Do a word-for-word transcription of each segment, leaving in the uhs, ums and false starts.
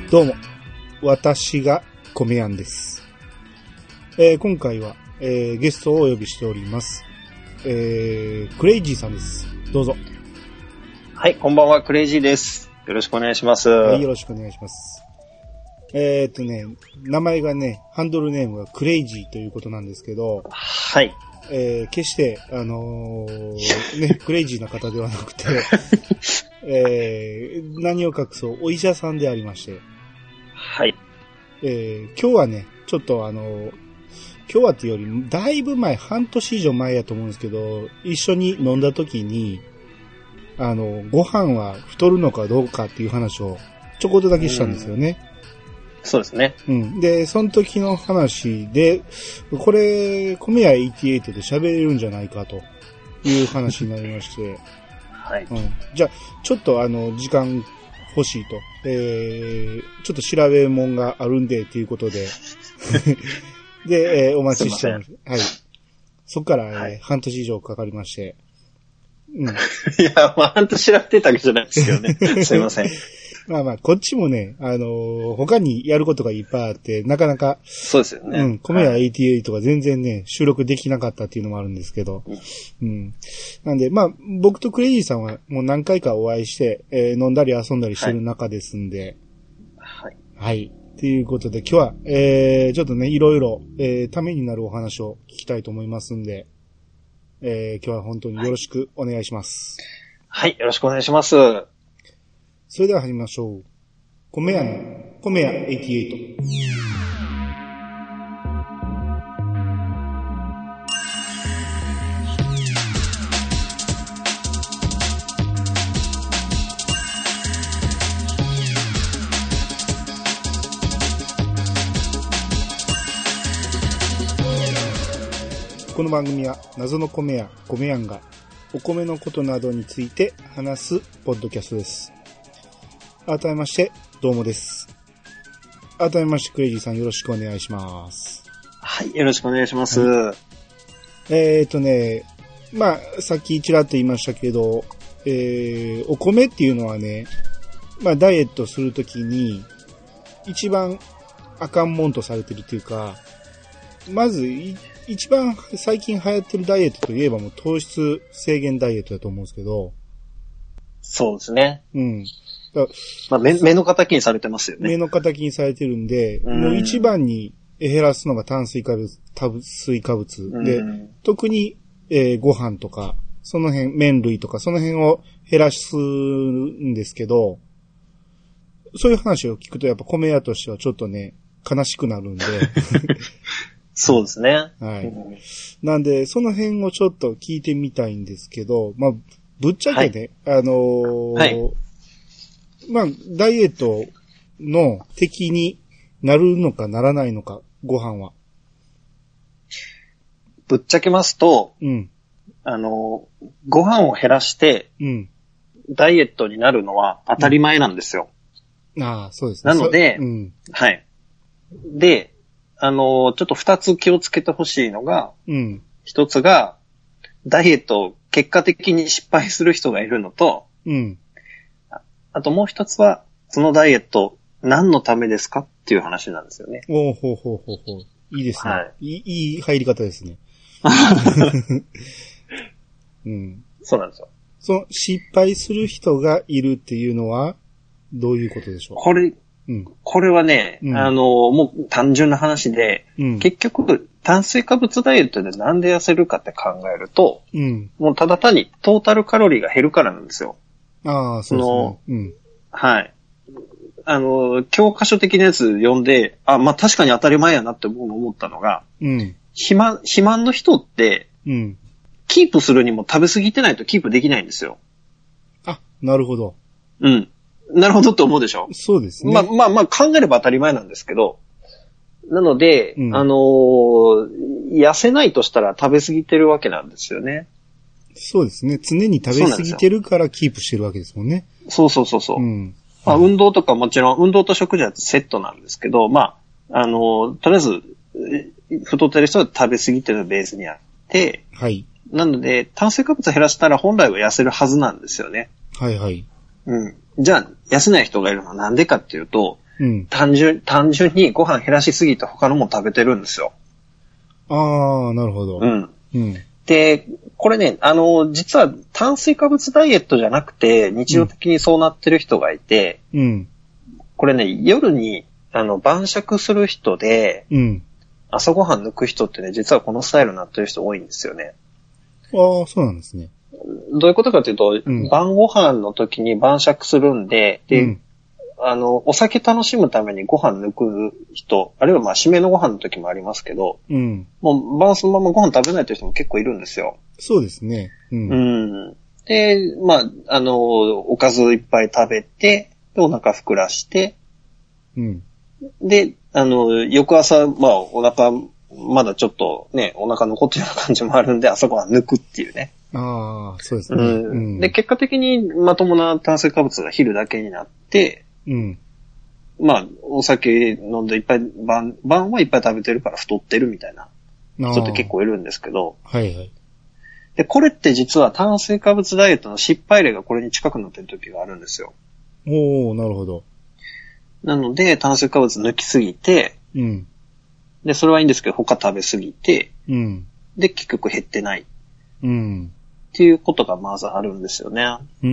どうも、私が米やんです。えー、今回は、えー、ゲストをお呼びしております。えー、クレイジーさんです。どうぞ。 はい、こんばんは、クレイジーです。よろしくお願いします。 はい、よろしくお願いします。えーっとね、名前がね、ハンドルネームがクレイジーということなんですけど、 はい。 えー、決して、あのー、ね、クレイジーな方ではなくて、えー、何を隠そう、お医者さんでありまして、 はい。 えー、今日はね、ちょっとあのー、今日はっていうより、だいぶ前、半年以上前やと思うんですけど、一緒に飲んだ時に、あの、ご飯は太るのかどうかっていう話をちょこっとだけしたんですよね。 そうですね。 うん。で、その時の話で、これ、米屋はちじゅうはちで喋れるんじゃないかという話になりまして。 はい。 うん。じゃあ、ちょっとあの、時間欲しいと。えー、ちょっと調べ物があるんで、ということで。で、えー、お待ちしてます。はい。そこから、はい、えー、半年以上かかりまして。 うん。いや、まあ、半年調べてたわけじゃないですけどね。すいません。 まあまあ、こっちもね、あのー、他にやることがいっぱいあって、なかなか、 そうですよね。 うん、米屋はちじゅうはちとか全然ね、収録できなかったっていうのもあるんですけど、うん。うん、なんで、まあ、僕とクレイジーさんはもう何回かお会いして、えー、飲んだり遊んだりしてる中ですんで、 はい。 はい。ということで、今日は、えー、ちょっとね、いろいろ、えー、ためになるお話を聞きたいと思いますんで、えー、今日は本当によろしくお願いします。 はい、はい、よろしくお願いします。 それでは始めましょう。米屋の、米屋はちじゅうはち。この番組は謎の米屋、米やんがお米のことなどについて話すポッドキャストです。改めまして、どうもです。改めまして、クレイジーさんよろしくお願いします。 はい、よろしくお願いします。 はい、えーとね、まあ、さっきちらっと言いましたけど、えー、お米っていうのはね、まあ、ダイエットするときに、一番あかんもんとされてるっていうか、まず、一番最近流行ってるダイエットといえばもう糖質制限ダイエットだと思うんですけど。 そうですね。 うん。 まあ、目、目の敵にされてますよね。 目の敵にされてるんで、うん、もう一番に減らすのが炭水化物、炭水化物で、特に、えー、ご飯とか、その辺、麺類とか、その辺を減らすんですけど、そういう話を聞くとやっぱ米屋としてはちょっとね、悲しくなるんで。 そうですね。 はい。なんで、その辺をちょっと聞いてみたいんですけど、まあ、ぶっちゃけね、はい、あのー、はい、まあ、ダイエットの敵になるのかならないのか、ご飯は。 ぶっちゃけますと、 うん。 あの、ご飯を減らして、うん。ダイエットになるのは当たり前なんですよ。 うん、ああ、そうですね。 なので、うん、はい。で、あの、ちょっと二つ気をつけてほしいのが、うん。一つが、ダイエットを結果的に失敗する人がいるのと、うん。あ, あともう一つは、そのダイエット、何のためですかっていう話なんですよね。 おー、ほうほうほうほう。いいですね。はい。いい、いい入り方ですね。うん。 そうなんですよ。 その、失敗する人がいるっていうのは、どういうことでしょう？ これ、うん、これはね、うん、あの、もう単純な話で、うん、結局、炭水化物ダイエットでなんで痩せるかって考えると、うん、もうただ単にトータルカロリーが減るからなんですよ。 ああ、そうですね。うん、 はい。あの、教科書的なやつ読んで、あ、まあ、確かに当たり前やなって思ったのが、うん、肥満、肥満の人って、うん、キープするにも食べ過ぎてないとキープできないんですよ。 あ、なるほど。 うん。なるほどって思うでしょ？ そうですね。 まあまあまあ考えれば当たり前なんですけど、なので、うん、あのー、痩せないとしたら食べ過ぎてるわけなんですよね。 そうですね。常に食べ過ぎてるからキープしてるわけですもんね。 そうそうそうそう。うん、まあ、運動とかもちろん、運動と食事はセットなんですけど、まあ、あのー、とりあえず、太ってる人は食べ過ぎてるのベースにあって、 はい。 なので、炭水化物減らしたら本来は痩せるはずなんですよね。 はいはい。 うん。じゃあ、痩せない人がいるのはなんでかっていうと、 うん、 単純、単純にご飯減らしすぎて他のもの食べてるんですよ。 ああ、なるほど。 うん。 うん。 で、これね、あの、実は炭水化物ダイエットじゃなくて、日常的にそうなってる人がいて、 うん。これね、夜に、あの、晩酌する人で、 うん。 朝ごはん抜く人ってね、実はこのスタイルになってる人多いんですよね。 ああ、そうなんですね。 どういうことかというと、 うん、 晩ご飯の時に晩酌するんで、で、うん、あの、お酒楽しむためにご飯抜く人、あるいはまあ、締めのご飯の時もありますけど、 うん、 もう晩そのままご飯食べないという人も結構いるんですよ。 そうですね。 うん。うん、で、まあ、あの、おかずいっぱい食べて、で、お腹膨らして、 うん。 で、あの、翌朝、まあ、お腹、まだちょっとね、お腹残ってるような感じもあるんで、朝ごはん抜くっていうね。 ああ、そうですね、 うんうん。で、結果的にまともな炭水化物が昼だけになって、 うん。 まあ、お酒飲んでいっぱい、晩、晩はいっぱい食べてるから太ってるみたいな人って結構いるんですけど。 はいはい。 で、これって実は炭水化物ダイエットの失敗例がこれに近くなってる時があるんですよ。 おー、なるほど。 なので、炭水化物抜きすぎて、 うん。 で、それはいいんですけど、他食べすぎて、 うん。 で、結局減ってない。 うん。 っていうことがまずあるんですよね。 うん、うん、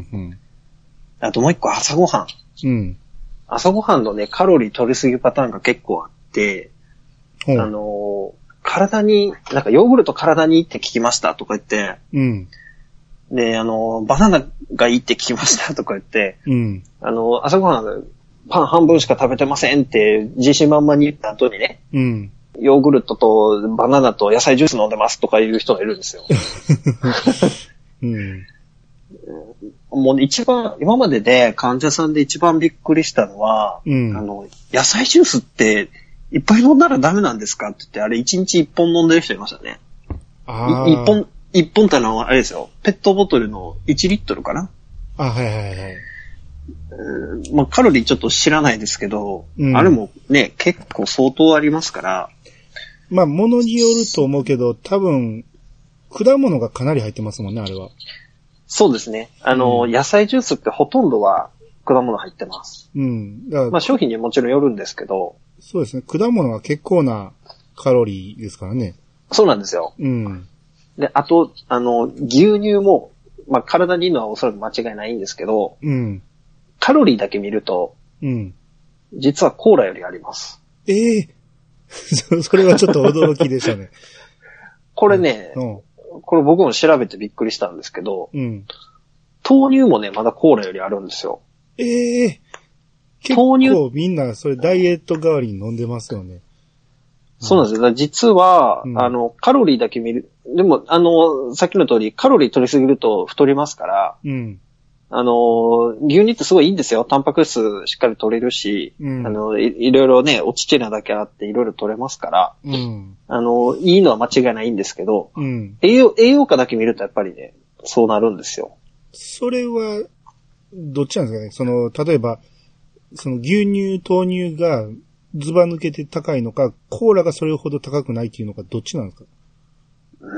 うん、 あともう一個、朝ごはん。 うん。 朝ごはんのね、カロリー取りすぎパターンが結構あって、あのー、体に、なんかヨーグルト体にいいって聞きましたとか言って、 うん。 で、あのー、バナナがいいって聞きましたとか言って、 うん。 あのー、朝ごはんパン半分しか食べてませんって自信満々に言った後にね、 うん。 ヨーグルトとバナナと野菜ジュース飲んでますとかいう人がいるんですよ。 うん。 もう一番、今までで患者さんで一番びっくりしたのは、 うん、 あの、野菜ジュースっていっぱい飲んだらダメなんですかって言って、あれ一日一本飲んでる人いましたね。 あ一本、一本ってのはあれですよ。ペットボトルのいちリットルかな。 あ、はいはいはい。 うん、まあ、カロリーちょっと知らないですけど、うん、あれもね、結構相当ありますから。 まあ、ものによると思うけど、多分、果物がかなり入ってますもんね、あれは。 そうですね。あの、うん、野菜ジュースってほとんどは果物入ってます。 うん。だからまあ、商品にはもちろんよるんですけど。 そうですね。果物は結構なカロリーですからね。 そうなんですよ。 うん。 で、あと、あの、牛乳も、まあ、体にいいのはおそらく間違いないんですけど、 うん。 カロリーだけ見ると、 うん。 実はコーラよりあります。 ええー、それはちょっと驚きでしたね。 これね、うん、これ僕も調べてびっくりしたんですけど、 うん、 豆乳もね、まだコーラよりあるんですよ。 ええー、豆乳結構みんなそれダイエット代わりに飲んでますよね。 そうなんですよ。実は、うん、あの、カロリーだけ見る、でも、あの、さっきの通り、カロリー取りすぎると太りますから、 うん、 あの、牛乳ってすごいいいんですよ。タンパク質しっかり取れるし、うん、あのい、いろいろね、おちちなだけあっていろいろ取れますから、 うん、 あの、いいのは間違いないんですけど、 うん、 栄養、栄養価だけ見るとやっぱりね、そうなるんですよ。 それは、どっちなんですかね。その、例えば、その牛乳、豆乳がズバ抜けて高いのか、コーラがそれほど高くないっていうのか、どっちなんですか？ う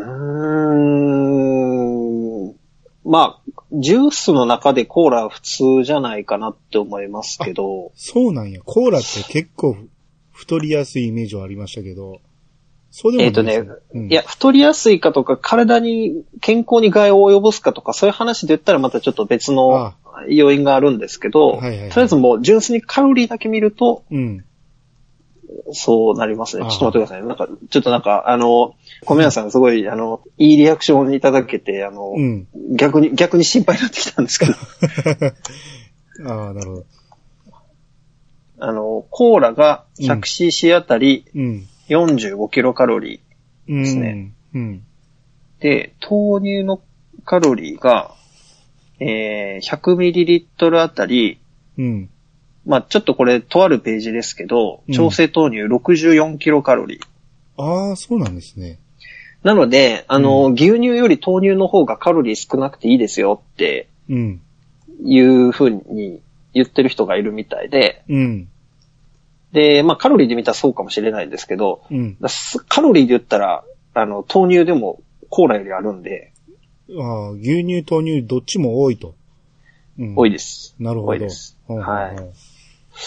ーん。まあ、ジュースの中でコーラは普通じゃないかなって思いますけど。 そうなんや。コーラって結構太りやすいイメージはありましたけど。そうでもないですね。 えっとね、うん、いや、太りやすいかとか、体に、健康に害を及ぼすかとか、そういう話で言ったらまたちょっと別の要因があるんですけど、 はいはいはい、 とりあえずもう純粋にカロリーだけ見ると、 うん、 そうなりますね。ちょっと待ってください。なんか、ちょっとなんか、あの、小宮さんがすごい、あの、いいリアクションいただけて、あの、 うん、 逆に、逆に心配になってきたんですけど。 ああ、なるほど。 あの、コーラが ひゃくシーシー あたりよんじゅうごキロカロリーですね。 うんうん、 で、豆乳のカロリーが、えー、ひゃくミリリットル あたり、 うん、 まあちょっとこれ、とあるページですけど、調整豆乳ろくじゅうよんキロカロリー。 ああ、そうなんですね。 なので、あの、うん、牛乳より豆乳の方がカロリー少なくていいですよって、いうふうに言ってる人がいるみたいで、 うん、 で、まあカロリーで見たらそうかもしれないんですけど、 うん、 カロリーで言ったら、あの、豆乳でもコーラよりあるんで。 ああ、牛乳、豆乳どっちも多いと。 うん、多いです。 なるほど。 多いです。はい。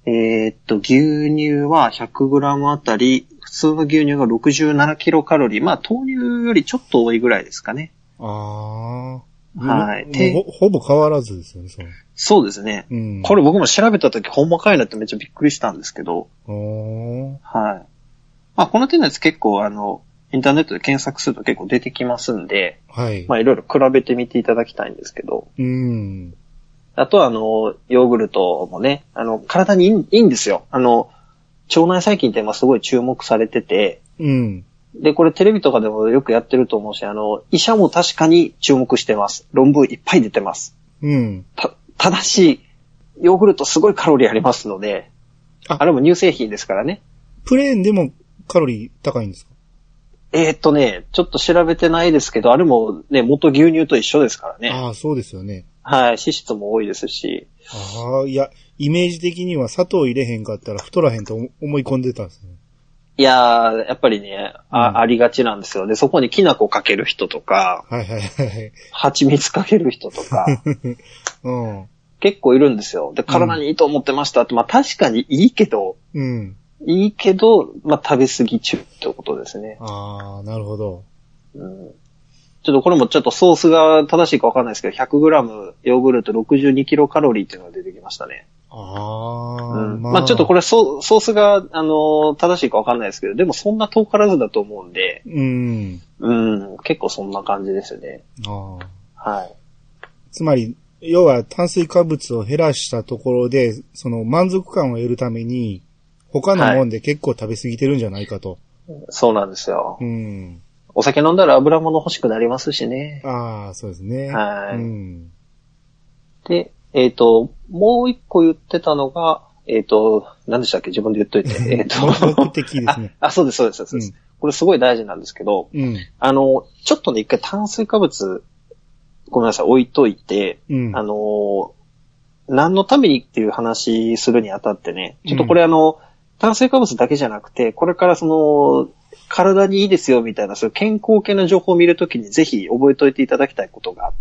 えー、っと、牛乳は ひゃくグラム あたり、普通の牛乳がろくじゅうななキロカロリー。まあ、豆乳よりちょっと多いぐらいですかね。 ああ。 はい。 でほ、ほぼ変わらずですよね、そう。 そうですね。うん、これ僕も調べたときほんまかいなってめっちゃびっくりしたんですけど。おはい。まあ、この点のやつ結構あの、インターネットで検索すると結構出てきますんで、はい。まあ、いろいろ比べてみていただきたいんですけど。うん。あとはあの、ヨーグルトもね、あの、体にいい、いいんですよ。あの、腸内細菌って今すごい注目されてて、うん。で、これテレビとかでもよくやってると思うし、あの、医者も確かに注目してます。論文いっぱい出てます。うん。た、ただし、ヨーグルトすごいカロリーありますので、あ, あれも乳製品ですからね。 プレーンでもカロリー高いんですか？ えーっとね、ちょっと調べてないですけど、あれもね、元牛乳と一緒ですからね。 ああ、そうですよね。 はい、脂質も多いですし。 ああ、いや、イメージ的には砂糖入れへんかったら太らへんと思い込んでたんですね。いやー、やっぱりね、あ、うん、ありがちなんですよ。で、そこにきな粉かける人とか、はいはいはい。蜂蜜かける人とか、うん、結構いるんですよ。で、体にいいと思ってましたって、まあ確かにいいけど、うん、いいけど、まあ食べ過ぎ中ってことですね。 あー、なるほど。 うん、ちょっとこれもちょっとソースが正しいかわかんないですけど、ひゃくグラム ヨーグルトろくじゅうにキロカロリーっていうのが出てきましたね。ああ、うん、まあ、まあちょっとこれソ, ソースが、あのー、正しいかわかんないですけど、でもそんな遠からずだと思うんで、うん。うん、結構そんな感じですね。ああ。はい。 つまり、要は炭水化物を減らしたところで、その満足感を得るために、他のもんで結構食べ過ぎてるんじゃないかと。 はい、そうなんですよ。うん。お酒飲んだら油物欲しくなりますしね。 ああ、そうですね。 はい。 うん、で、えっ、ー、と、もう一個言ってたのが、えっ、ー、と、何でしたっけ？自分で言っといて。えっと。 目的ですねあ。あ、そうです、そうです、そうです、うん。これすごい大事なんですけど、うん、あの、ちょっとね、一回炭水化物、ごめんなさい、置いといて、うん、あの、何のためにっていう話するにあたってね、ちょっとこれあの、うん、炭水化物だけじゃなくて、これからその、体にいいですよみたいな、そういう健康系の情報を見るときにぜひ覚えておいていただきたいことがあって、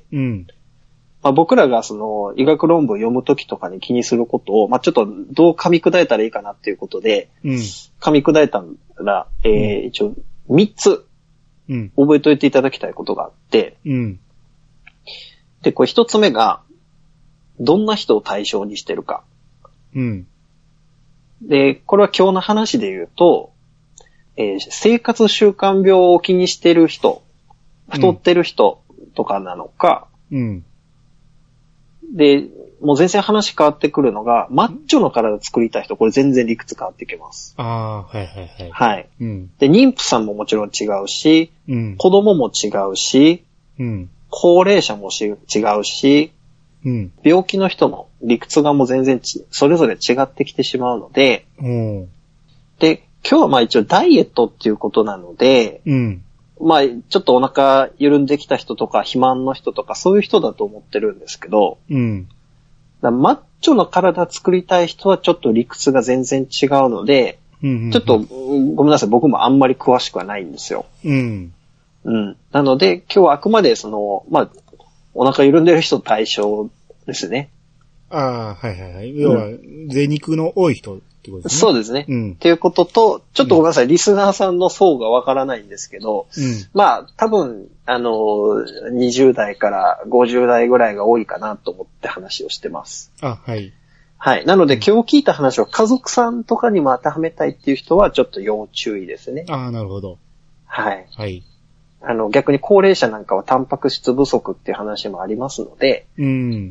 うんまあ、僕らがその医学論文を読むときとかに気にすることを、まあ、ちょっとどう噛み砕いたらいいかなっていうことで、うん、噛み砕いたら、えーうん、一応みっつ覚えておいていただきたいことがあって、うん、で、これひとつめが、どんな人を対象にしてるか。うん、で、これは今日の話で言うと、えー、生活習慣病を気にしてる人、太ってる人とかなのか、うんで、もう全然話変わってくるのが、マッチョの体作りたい人、これ全然理屈変わってきます。 ああ、はいはいはい。 はい。うん、で、妊婦さんももちろん違うし、うん、子供も違うし、うん、高齢者もし違うし、うん、病気の人の理屈がもう全然ちそれぞれ違ってきてしまうので、うん、で、今日はまあ一応ダイエットっていうことなので、うんまあ、ちょっとお腹緩んできた人とか、肥満の人とか、そういう人だと思ってるんですけど、うん。だマッチョの体作りたい人はちょっと理屈が全然違うので、うんうんうん、ちょっと、ごめんなさい、僕もあんまり詳しくはないんですよ。うん。うん。なので、今日はあくまでその、まあ、お腹緩んでる人対象ですね。 ああ、はいはいはい。要は、贅肉の多い人ってことですね。 そうですね。うん。っていうことと、ちょっとごめんなさい、うん、リスナーさんの層がわからないんですけど、うん、まあ、多分、あの、にじゅう代からごじゅう代ぐらいが多いかなと思って話をしてます。 あ、はい。 はい。なので、うん、今日聞いた話を家族さんとかにも当てはめたいっていう人は、ちょっと要注意ですね。 ああ、なるほど。 はい。はい。あの、逆に高齢者なんかはタンパク質不足っていう話もありますので、うん。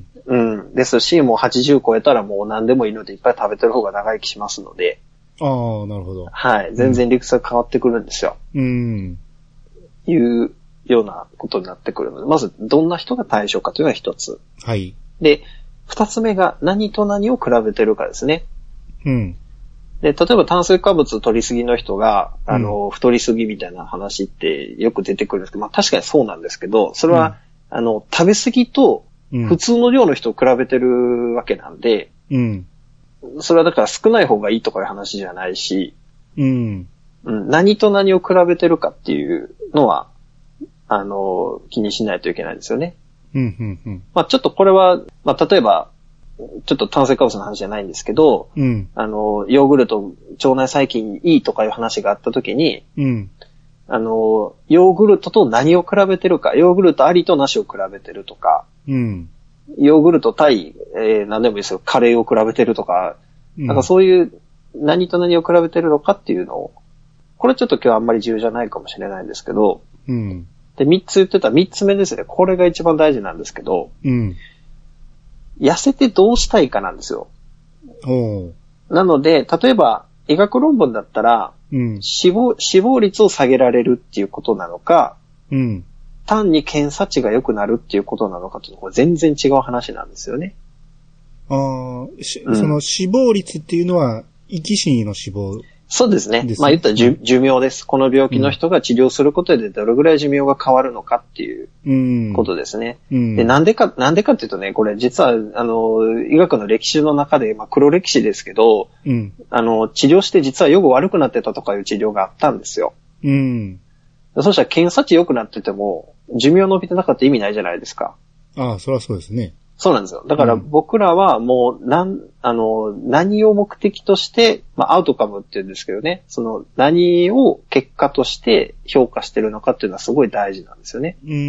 うん。ですし、もうはちじゅう超えたらもう何でもいいのでいっぱい食べてる方が長生きしますので。 ああ、なるほど。 はい。全然理屈が変わってくるんですよ。うん。いうようなことになってくるので、まずどんな人が対象かというのが一つ。はい。で、二つ目が何と何を比べてるかですね。うん。で、例えば炭水化物取りすぎの人が、あの、うん、太りすぎみたいな話ってよく出てくるんですけど、まあ確かにそうなんですけど、それは、うん、あの、食べ過ぎと普通の量の人を比べてるわけなんで、うん。それはだから少ない方がいいとかいう話じゃないし、うん。うん、何と何を比べてるかっていうのは、あの、気にしないといけないですよね。うん、うん、うん。まあちょっとこれは、まあ例えば、 ちょっと炭水化物の話じゃないんですけど、 うん、 あの、ヨーグルト腸内細菌にいいとかいう話があった時に、 うん、 あの、ヨーグルトと何を比べてるか、ヨーグルトありとなしを比べてるとか、 うん、 ヨーグルト対、えー、何でもいいですよ、カレーを比べてるとか、うん、なんかそういう何と何を比べてるのかっていうのを、これちょっと今日あんまり重要じゃないかもしれないんですけど、 うん、 で、三つ言ってた三つ目ですね。これが一番大事なんですけど、 うん、 痩せてどうしたいかなんですよ。 おなので、例えば、医学論文だったら、 うん、 死亡、死亡率を下げられるっていうことなのか、 うん、 単に検査値が良くなるっていうことなのかというと、これ全然違う話なんですよね。 ああ、うん、その死亡率っていうのは、生き死にの死亡。 そうですね。まあ言ったら寿、寿命です。この病気の人が治療することでどれぐらい寿命が変わるのかっていうことですね。 うん、 で、なんでか、なんでかっていうとね、これ実は、あの、医学の歴史の中で、まあ黒歴史ですけど、 うん、 あの、治療して実は予後悪くなってたとかいう治療があったんですよ。 うん。 そしたら検査値良くなってても、寿命伸びてなかったら意味ないじゃないですか。 ああ、そりゃそうですね。 そうなんですよ。だから僕らはもう、なん、あの、何を目的として、まあ、アウトカムって言うんですけどね、その、何を結果として評価してるのかっていうのはすごい大事なんですよね。 うん。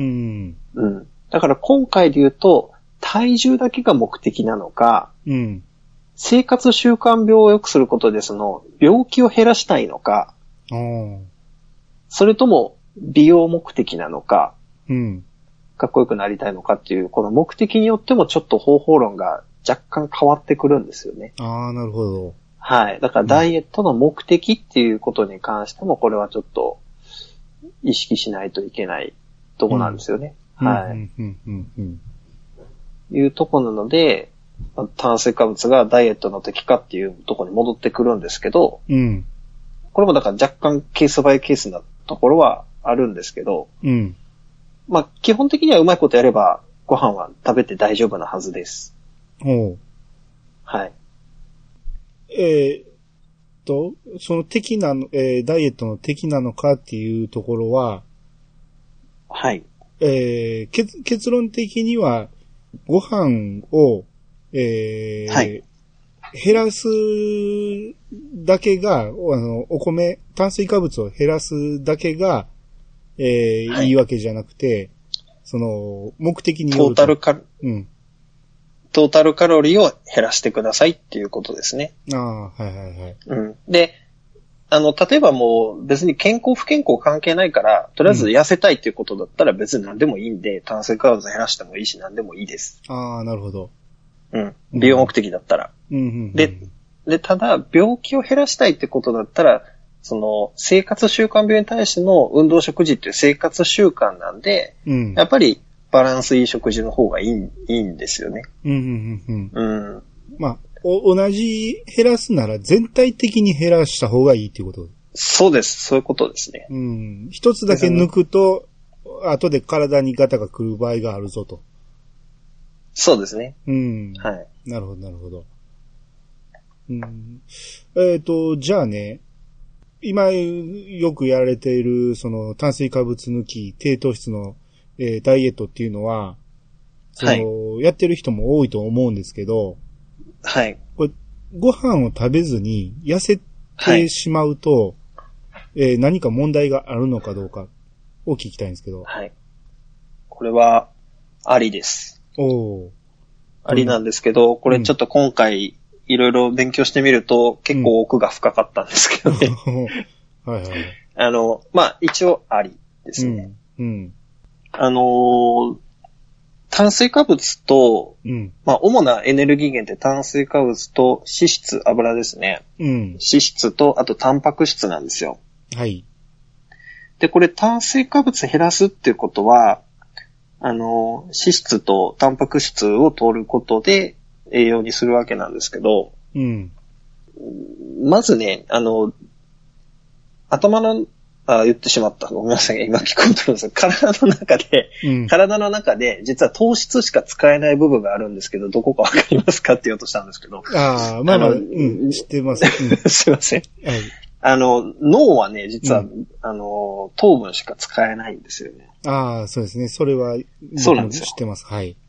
うん。だから今回で言うと、体重だけが目的なのか、 うん。 生活習慣病を良くすることでその、病気を減らしたいのか、 ああ。 それとも美容目的なのか、 うん。 かっこよくなりたいのかっていう、この目的によってもちょっと方法論が若干変わってくるんですよね。 ああ、なるほど。 はい。だからダイエットの目的っていうことに関しても、これはちょっと意識しないといけないとこなんですよね。 うん、 はい。 うんうんうんうん、 いうとこなので、炭水化物がダイエットの敵かっていうところに戻ってくるんですけど、 うん、 これもだから若干ケースバイケースなところはあるんですけど、 うん、 まあ基本的にはうまいことやればご飯は食べて大丈夫なはずです。 おう。 はい。 えー、っと、その敵なの、えー、ダイエットの敵なのかっていうところは、 はい。 えー、結、結論的には、ご飯を、えー、はい、減らすだけが、あの、お米、炭水化物を減らすだけが、えー、はい、いいわけじゃなくて、その、目的によると。 トータルカロ、 うん。 トータルカロリーを減らしてくださいっていうことですね。 ああ、はいはいはい。 うん。で、あの、例えばもう別に健康不健康関係ないから、とりあえず痩せたいっていうことだったら別に何でもいいんで、うん、炭水化物減らしてもいいし何でもいいです。 ああ、なるほど。 うん。美容目的だったら。 うんうんうん、 で、で、ただ、病気を減らしたいってことだったら、その、生活習慣病に対しての運動食事っていう生活習慣なんで、 うん、 やっぱりバランスいい食事の方がいい、いいんですよね。 うんうんうんうん。 うん。 まあ、お、同じ減らすなら全体的に減らした方がいいっていうこと。 そうです。そういうことですね。 うん。一つだけ抜くと、後で体にガタが来る場合があるぞと。 そうですね。 うん。 はい。 なるほど、なるほど。うん。えっと、じゃあね、今よくやられている、その炭水化物抜き、低糖質の、えー、ダイエットっていうのは、その、はい、やってる人も多いと思うんですけど、 はい。 これ、ご飯を食べずに痩せてしまうと、はい、えー、何か問題があるのかどうかを聞きたいんですけど。 はい。これは、ありです。 おー。 ありなんですけど、これちょっと今回、いろいろ勉強してみると、結構奥が深かったんですけどね。 うん、はいはい。 あの、まあ、一応ありですね。 うん。うん、 あのー、炭水化物と、 うん、 まあ、主なエネルギー源って炭水化物と脂質、油ですね。 うん、 脂質と、あとタンパク質なんですよ。 はい。 で、これ炭水化物減らすっていうことは、あの、脂質とタンパク質を取ることで栄養にするわけなんですけど、 うん、 まずね、あの、頭の、あ、言ってしまった。ごめんなさい。今聞こうと思うんですけど、体の中で、うん、体の中で、実は糖質しか使えない部分があるんですけど、どこかわかりますかって言おうとしたんですけど。 ああ、まあまあ、うん、知ってます。うん、 すいません。 はい。 あの、脳はね、実は、うん、あの、糖分しか使えないんですよね。 ああ、そうですね。それは、 そうなんですよ。 知ってます。はい。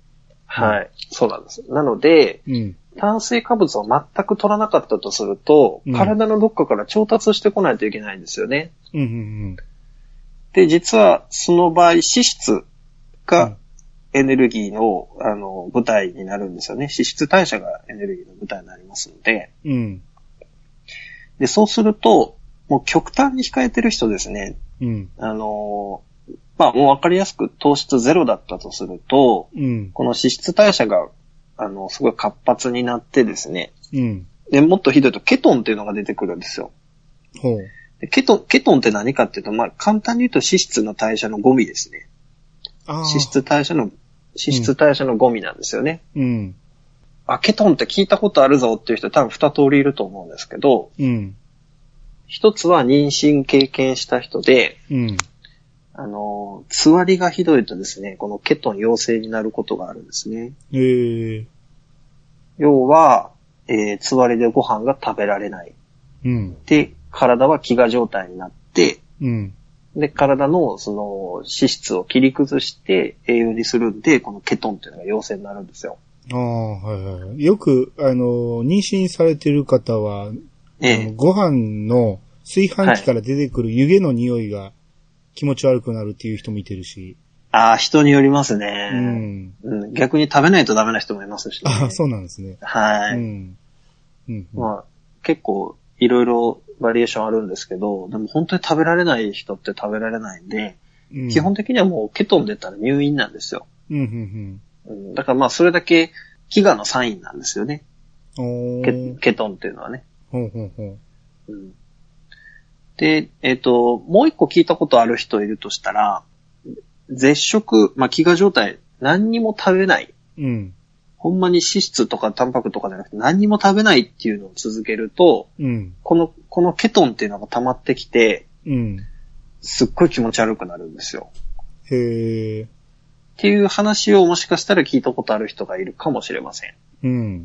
はい。そうなんです。なので、 うん、 炭水化物を全く取らなかったとすると、うん、体のどっかから調達してこないといけないんですよね。 うんうんうん、 で、実はその場合、脂質がエネルギーの、あの、舞台になるんですよね。脂質代謝がエネルギーの舞台になりますので。 うん、 で、そうすると、もう極端に控えてる人ですね。 うん、 あの、まあ、もうわかりやすく糖質ゼロだったとすると、 うん、 この脂質代謝が、あの、すごい活発になってですね。 うん、 で、もっとひどいとケトンっていうのが出てくるんですよ。 ほう。 でケトン、ケトンって何かっていうと、まあ、簡単に言うと脂質の代謝のゴミですね。 あ脂質代謝の、脂質代謝のゴミなんですよね。 うん。 あ、ケトンって聞いたことあるぞっていう人多分二通りいると思うんですけど、 うん。 一つは妊娠経験した人で、 うん。 あの、つわりがひどいとですね、このケトン陽性になることがあるんですね。 へー。 要は、えー、つわりでご飯が食べられない。 うん。 で、体は飢餓状態になって、 うん。 で、体のその脂質を切り崩して栄養にするんで、このケトンっていうのが陽性になるんですよ。 ああ、はいはい。よく、あの、妊娠されてる方は、 ええ、 あのご飯の炊飯器から出てくる湯気の匂いが気持ち悪くなるっていう人もいてるし。 ああ、人によりますね、 うんうん。逆に食べないとダメな人もいますし、ね。 ああ、そうなんですね。 はい。 うんうん、 まあ、結構いろいろバリエーションあるんですけど、でも本当に食べられない人って食べられないんで、うん、基本的にはもうケトン出たら入院なんですよ。 うんうんうん、だからまあそれだけ飢餓のサインなんですよね。 おケ、ケトンっていうのはね。 ほうほうほううん、で、えっと、もう一個聞いたことある人いるとしたら、絶食、まあ飢餓状態、何にも食べない。 うん。 ほんまに脂質とかタンパクとかじゃなくて何にも食べないっていうのを続けると、 うん、 この、このケトンっていうのが溜まってきて、 うん、 すっごい気持ち悪くなるんですよ。 へー。 っていう話をもしかしたら聞いたことある人がいるかもしれません。 うん。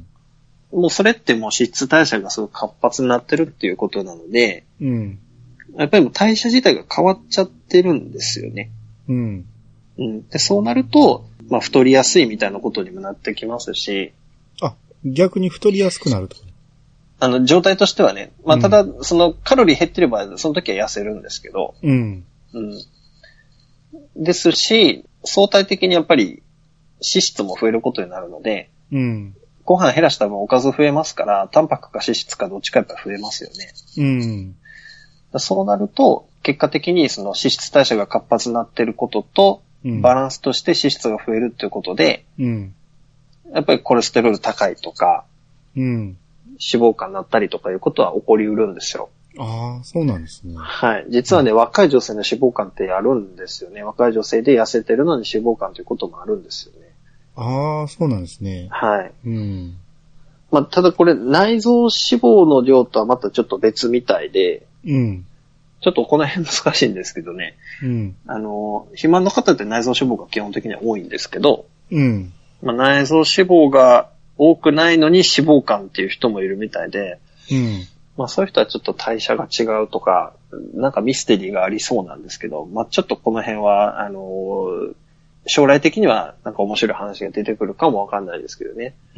もうそれってもう脂質代謝がすごく活発になってるっていうことなので、 うん。 やっぱりもう代謝自体が変わっちゃってるんですよね。 うん。 うん。で、そうなると、まあ太りやすいみたいなことにもなってきますし。 あ、逆に太りやすくなると。 あの、状態としてはね。まあただ、うん、そのカロリー減ってれば、その時は痩せるんですけど。 うん。 うん。ですし、相対的にやっぱり脂質も増えることになるので、 うん。 ご飯減らした分おかず増えますから、タンパクか脂質かどっちかやっぱ増えますよね。 うん。 そうなると、結果的にその脂質代謝が活発になっていることと、うん、バランスとして脂質が増えるっていうことで、 うん、 やっぱりコレステロール高いとか、 うん、 脂肪肝になったりとかいうことは起こりうるんですよ。 ああ、そうなんですね。 はい。実はね、うん、若い女性の脂肪肝ってあるんですよね。若い女性で痩せてるのに脂肪肝ということもあるんですよね。 ああ、そうなんですね。 はい。 うん。 まあ、ただこれ内臓脂肪の量とはまたちょっと別みたいで、 うん。 ちょっとこの辺難しいんですけどね。 うん。 あの、肥満の方って内臓脂肪が基本的には多いんですけど、 うん。 まあ、内臓脂肪が多くないのに脂肪肝っていう人もいるみたいで、 うん。 まあそういう人はちょっと代謝が違うとか、なんかミステリーがありそうなんですけど、まあちょっとこの辺は、あの、将来的にはなんか面白い話が出てくるかもわかんないですけどね。 うん。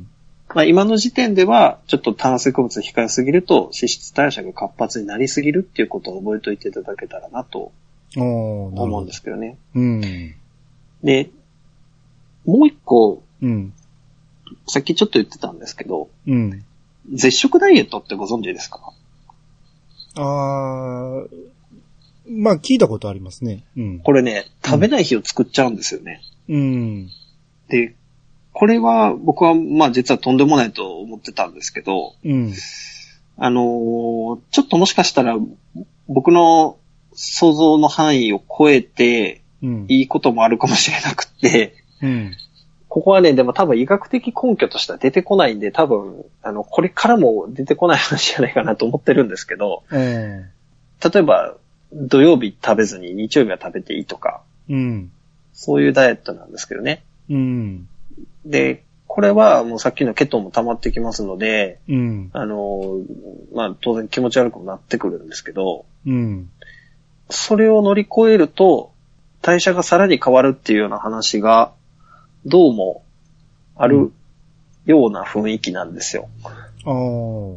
まあ今の時点では、ちょっと炭水化物控えすぎると脂質代謝が活発になりすぎるっていうことを覚えておいていただけたらなと思うんですけどね。 うん。 で、もう一個、 うん、 さっきちょっと言ってたんですけど、 うん、 絶食ダイエットってご存知ですか？ あー、まあ聞いたことありますね。うん、 これね、食べない日を作っちゃうんですよね。 うん。 で、これは僕はまあ実はとんでもないと思ってたんですけど、 うん、 あのー、ちょっともしかしたら僕の想像の範囲を超えていいこともあるかもしれなくて、 うん、 ここはね、でも多分医学的根拠としては出てこないんで、多分、あの、これからも出てこない話じゃないかなと思ってるんですけど、 うん、 例えば、土曜日食べずに日曜日は食べていいとか、 うん、 そういうダイエットなんですけどね。 うん、 で、これはもうさっきのケトンも溜まってきますので、 うん、 あの、まあ当然気持ち悪くもなってくるんですけど、 うん、 それを乗り越えると、代謝がさらに変わるっていうような話が、どうもあるような雰囲気なんですよ。 うん、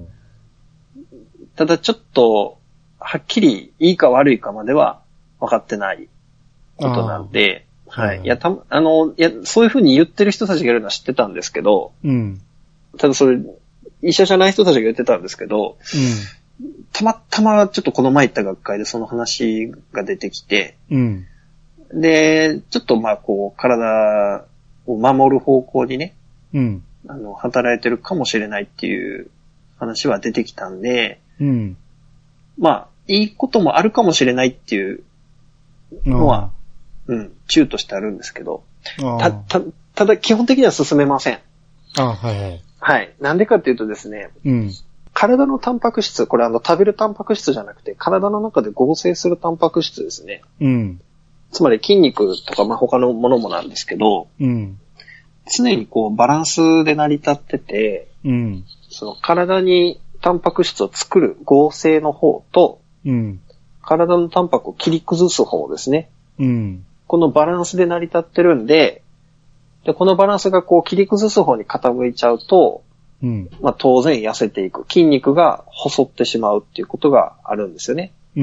ただちょっと、はっきりいいか悪いかまでは分かってないことなんで、はい。いや、た、あの、いや、そういうふうに言ってる人たちがいるのは知ってたんですけど、 うん、 ただそれ、医者じゃない人たちが言ってたんですけど、うん、たまたまちょっとこの前行った学会でその話が出てきて、 うん、 で、ちょっとまあこう、体を守る方向にね、 うん、 あの、働いてるかもしれないっていう話は出てきたんで、 うん、 まあ、いいこともあるかもしれないっていうのは、うん、中としてあるんですけど、た、た、ただ基本的には進めません。 あ、はいはい。 はい。なんでかっていうとですね、 うん、 体のタンパク質、これあの食べるタンパク質じゃなくて、体の中で合成するタンパク質ですね。 うん、 つまり筋肉とか、まあ、他のものもなんですけど、 うん、 常にこうバランスで成り立ってて、 うん、 その体にタンパク質を作る合成の方と、 うん、 体のタンパクを切り崩す方ですね。 うん、 このバランスで成り立ってるんで、でこのバランスがこう切り崩す方に傾いちゃうと、 うん、 まあ当然痩せていく。筋肉が細ってしまうっていうことがあるんですよね。 うん、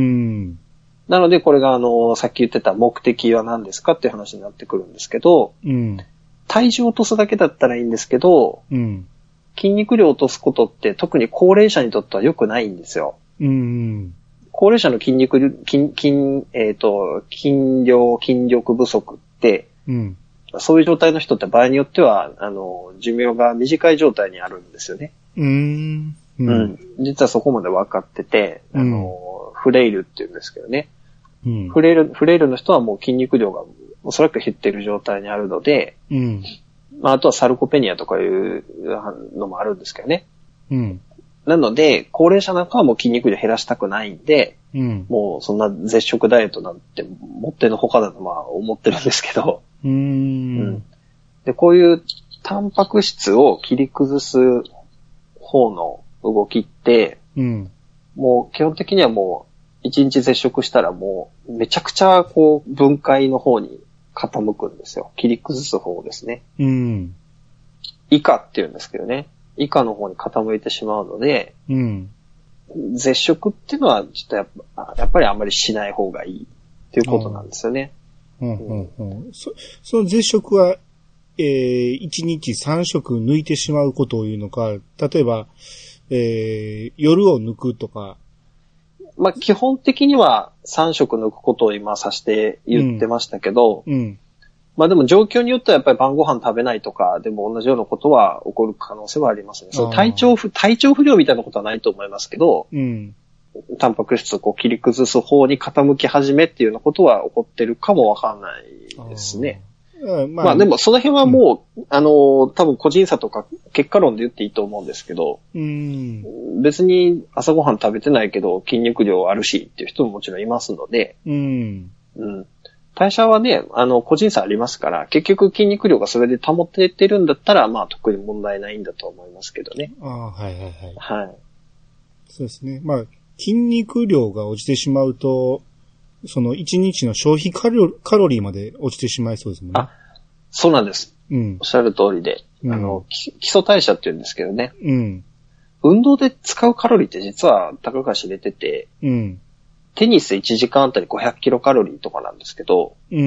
なのでこれがあの、さっき言ってた目的は何ですかっていう話になってくるんですけど、 うん、 体重を落とすだけだったらいいんですけど、 うん、 筋肉量を落とすことって特に高齢者にとっては良くないんですよ。 うん、 高齢者の筋肉、筋、筋、えっと、筋量、筋力不足って、 うん、 そういう状態の人って場合によっては、あの、寿命が短い状態にあるんですよね。 うーん。 うん。うん、実はそこまで分かってて、あの、うん、フレイルって言うんですけどね。うん、フレイル、フレイルの人はもう筋肉量がおそらく減っている状態にあるので、 うん。 まあ、あとはサルコペニアとかいうのもあるんですけどね。 うん。 なので、高齢者なんかはもう筋肉量減らしたくないんで、うん、もうそんな絶食ダイエットなんてもってのほかだとまあ思ってるんですけど、 うーん、うん。 で、こういうタンパク質を切り崩す方の動きって、うん、もう基本的にはもう一日絶食したらもうめちゃくちゃこう分解の方に傾くんですよ。切り崩す方ですね。 うん。 以下って言うんですけどね。以下の方に傾いてしまうので、うん、絶食っていうのはちょっとやっぱ、やっぱりあんまりしない方がいいっていうことなんですよね。 うんうんうん、そ, その絶食は、えー、いちにちさん食抜いてしまうことを言うのか、例えば、えー、夜を抜くとか。 まあ、基本的にはさん食抜くことを今さして言ってましたけど、うんうん、まあでも状況によってはやっぱり晩ご飯食べないとか、でも同じようなことは起こる可能性はありますね。その体調不、体調不良みたいなことはないと思いますけど、うん、タンパク質をこう切り崩す方に傾き始めっていうようなことは起こってるかもわかんないですね。まあ、まあでもその辺はもう、うん、あの、多分個人差とか結果論で言っていいと思うんですけど、うん、別に朝ごはん食べてないけど筋肉量あるしっていう人ももちろんいますので、うんうん、代謝はね、あの、個人差ありますから、結局筋肉量がそれで保ててるんだったら、まあ特に問題ないんだと思いますけどね。 ああ、はいはいはい。 はい。 そうですね。まあ、筋肉量が落ちてしまうと、そのいちにちの消費カロ、カロリーまで落ちてしまいそうですもんね。 あ、そうなんです。うん。おっしゃる通りで。うん、あの、基礎代謝って言うんですけどね。うん。運動で使うカロリーって実はたかが知れてて、うん。テニスいちじかんあたりごひゃくキロカロリーとかなんですけど、うん。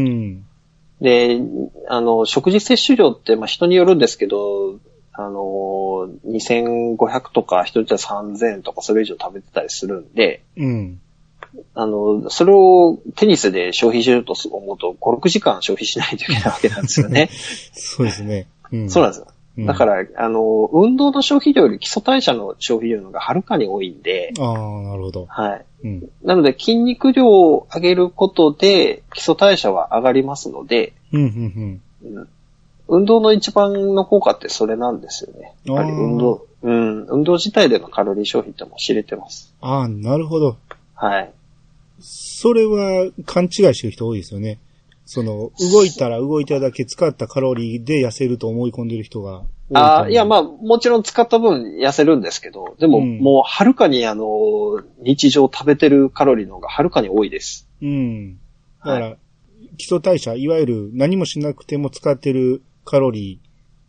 で、あの、食事摂取量って、まあ、人によるんですけど、あの、にせんごひゃくとか、人によってはさんぜんとかそれ以上食べてたりするんで、うん。あの、それをテニスで消費しようと思うと、ご、ろくじかん消費しないといけないわけなんですよね。 そうですね。 うん、そうなんですよ。だから、あの、運動の消費量より基礎代謝の消費量の方がはるかに多いんで。 ああ、なるほど。 はい。うん、なので、筋肉量を上げることで、基礎代謝は上がりますので、うんうんうんうん、運動の一番の効果ってそれなんですよね。やっぱり運動、うん、運動自体でのカロリー消費っても知れてます。 ああ、なるほど。 はい。 それは勘違いしてる人多いですよね。その、動いたら動いただけ使ったカロリーで痩せると思い込んでる人が多い。 ああ、いや、まあ、もちろん使った分痩せるんですけど、でも、うん、もう、はるかにあの、日常食べてるカロリーの方がはるかに多いです。 うん。だから、はい、基礎代謝、いわゆる何もしなくても使ってるカロリー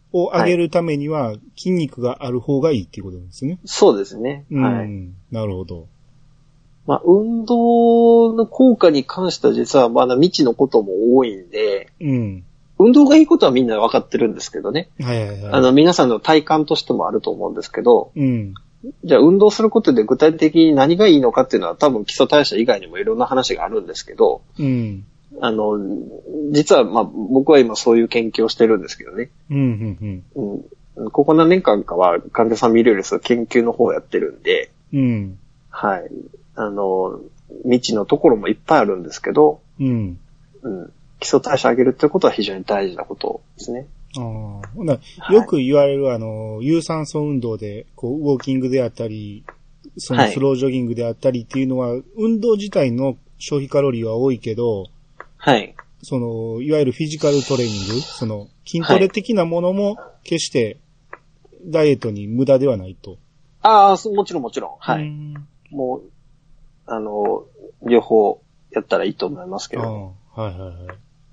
を上げるためには筋肉がある方がいいっていうことですね。 そうですね。はい。 うん、なるほど。 まあ、運動の効果に関しては実はまだ未知のことも多いんで、うん、運動がいいことはみんな分かってるんですけどね。はいはいはい。あの、皆さんの体感としてもあると思うんですけど、うん、じゃあ運動することで具体的に何がいいのかっていうのは多分基礎代謝以外にもいろんな話があるんですけど、うん、あの、実はまあ僕は今そういう研究をしてるんですけどね。うんうんうんうん、ここ何年間かは患者さん見るよりする研究の方をやってるんで、うん、はい。あの、未知のところもいっぱいあるんですけど、うんうん、基礎代謝上げるってことは非常に大事なことですね。 あほなよく言われる、はい、あの、有酸素運動で、こう、ウォーキングであったり、そのスロージョギングであったりっていうのは、はい、運動自体の消費カロリーは多いけど、はい。その、いわゆるフィジカルトレーニング、その、筋トレ的なものも、決して、ダイエットに無駄ではないと。 ああ、もちろんもちろん。はい。もう、あの、両方やったらいいと思いますけど。あはいはいはい。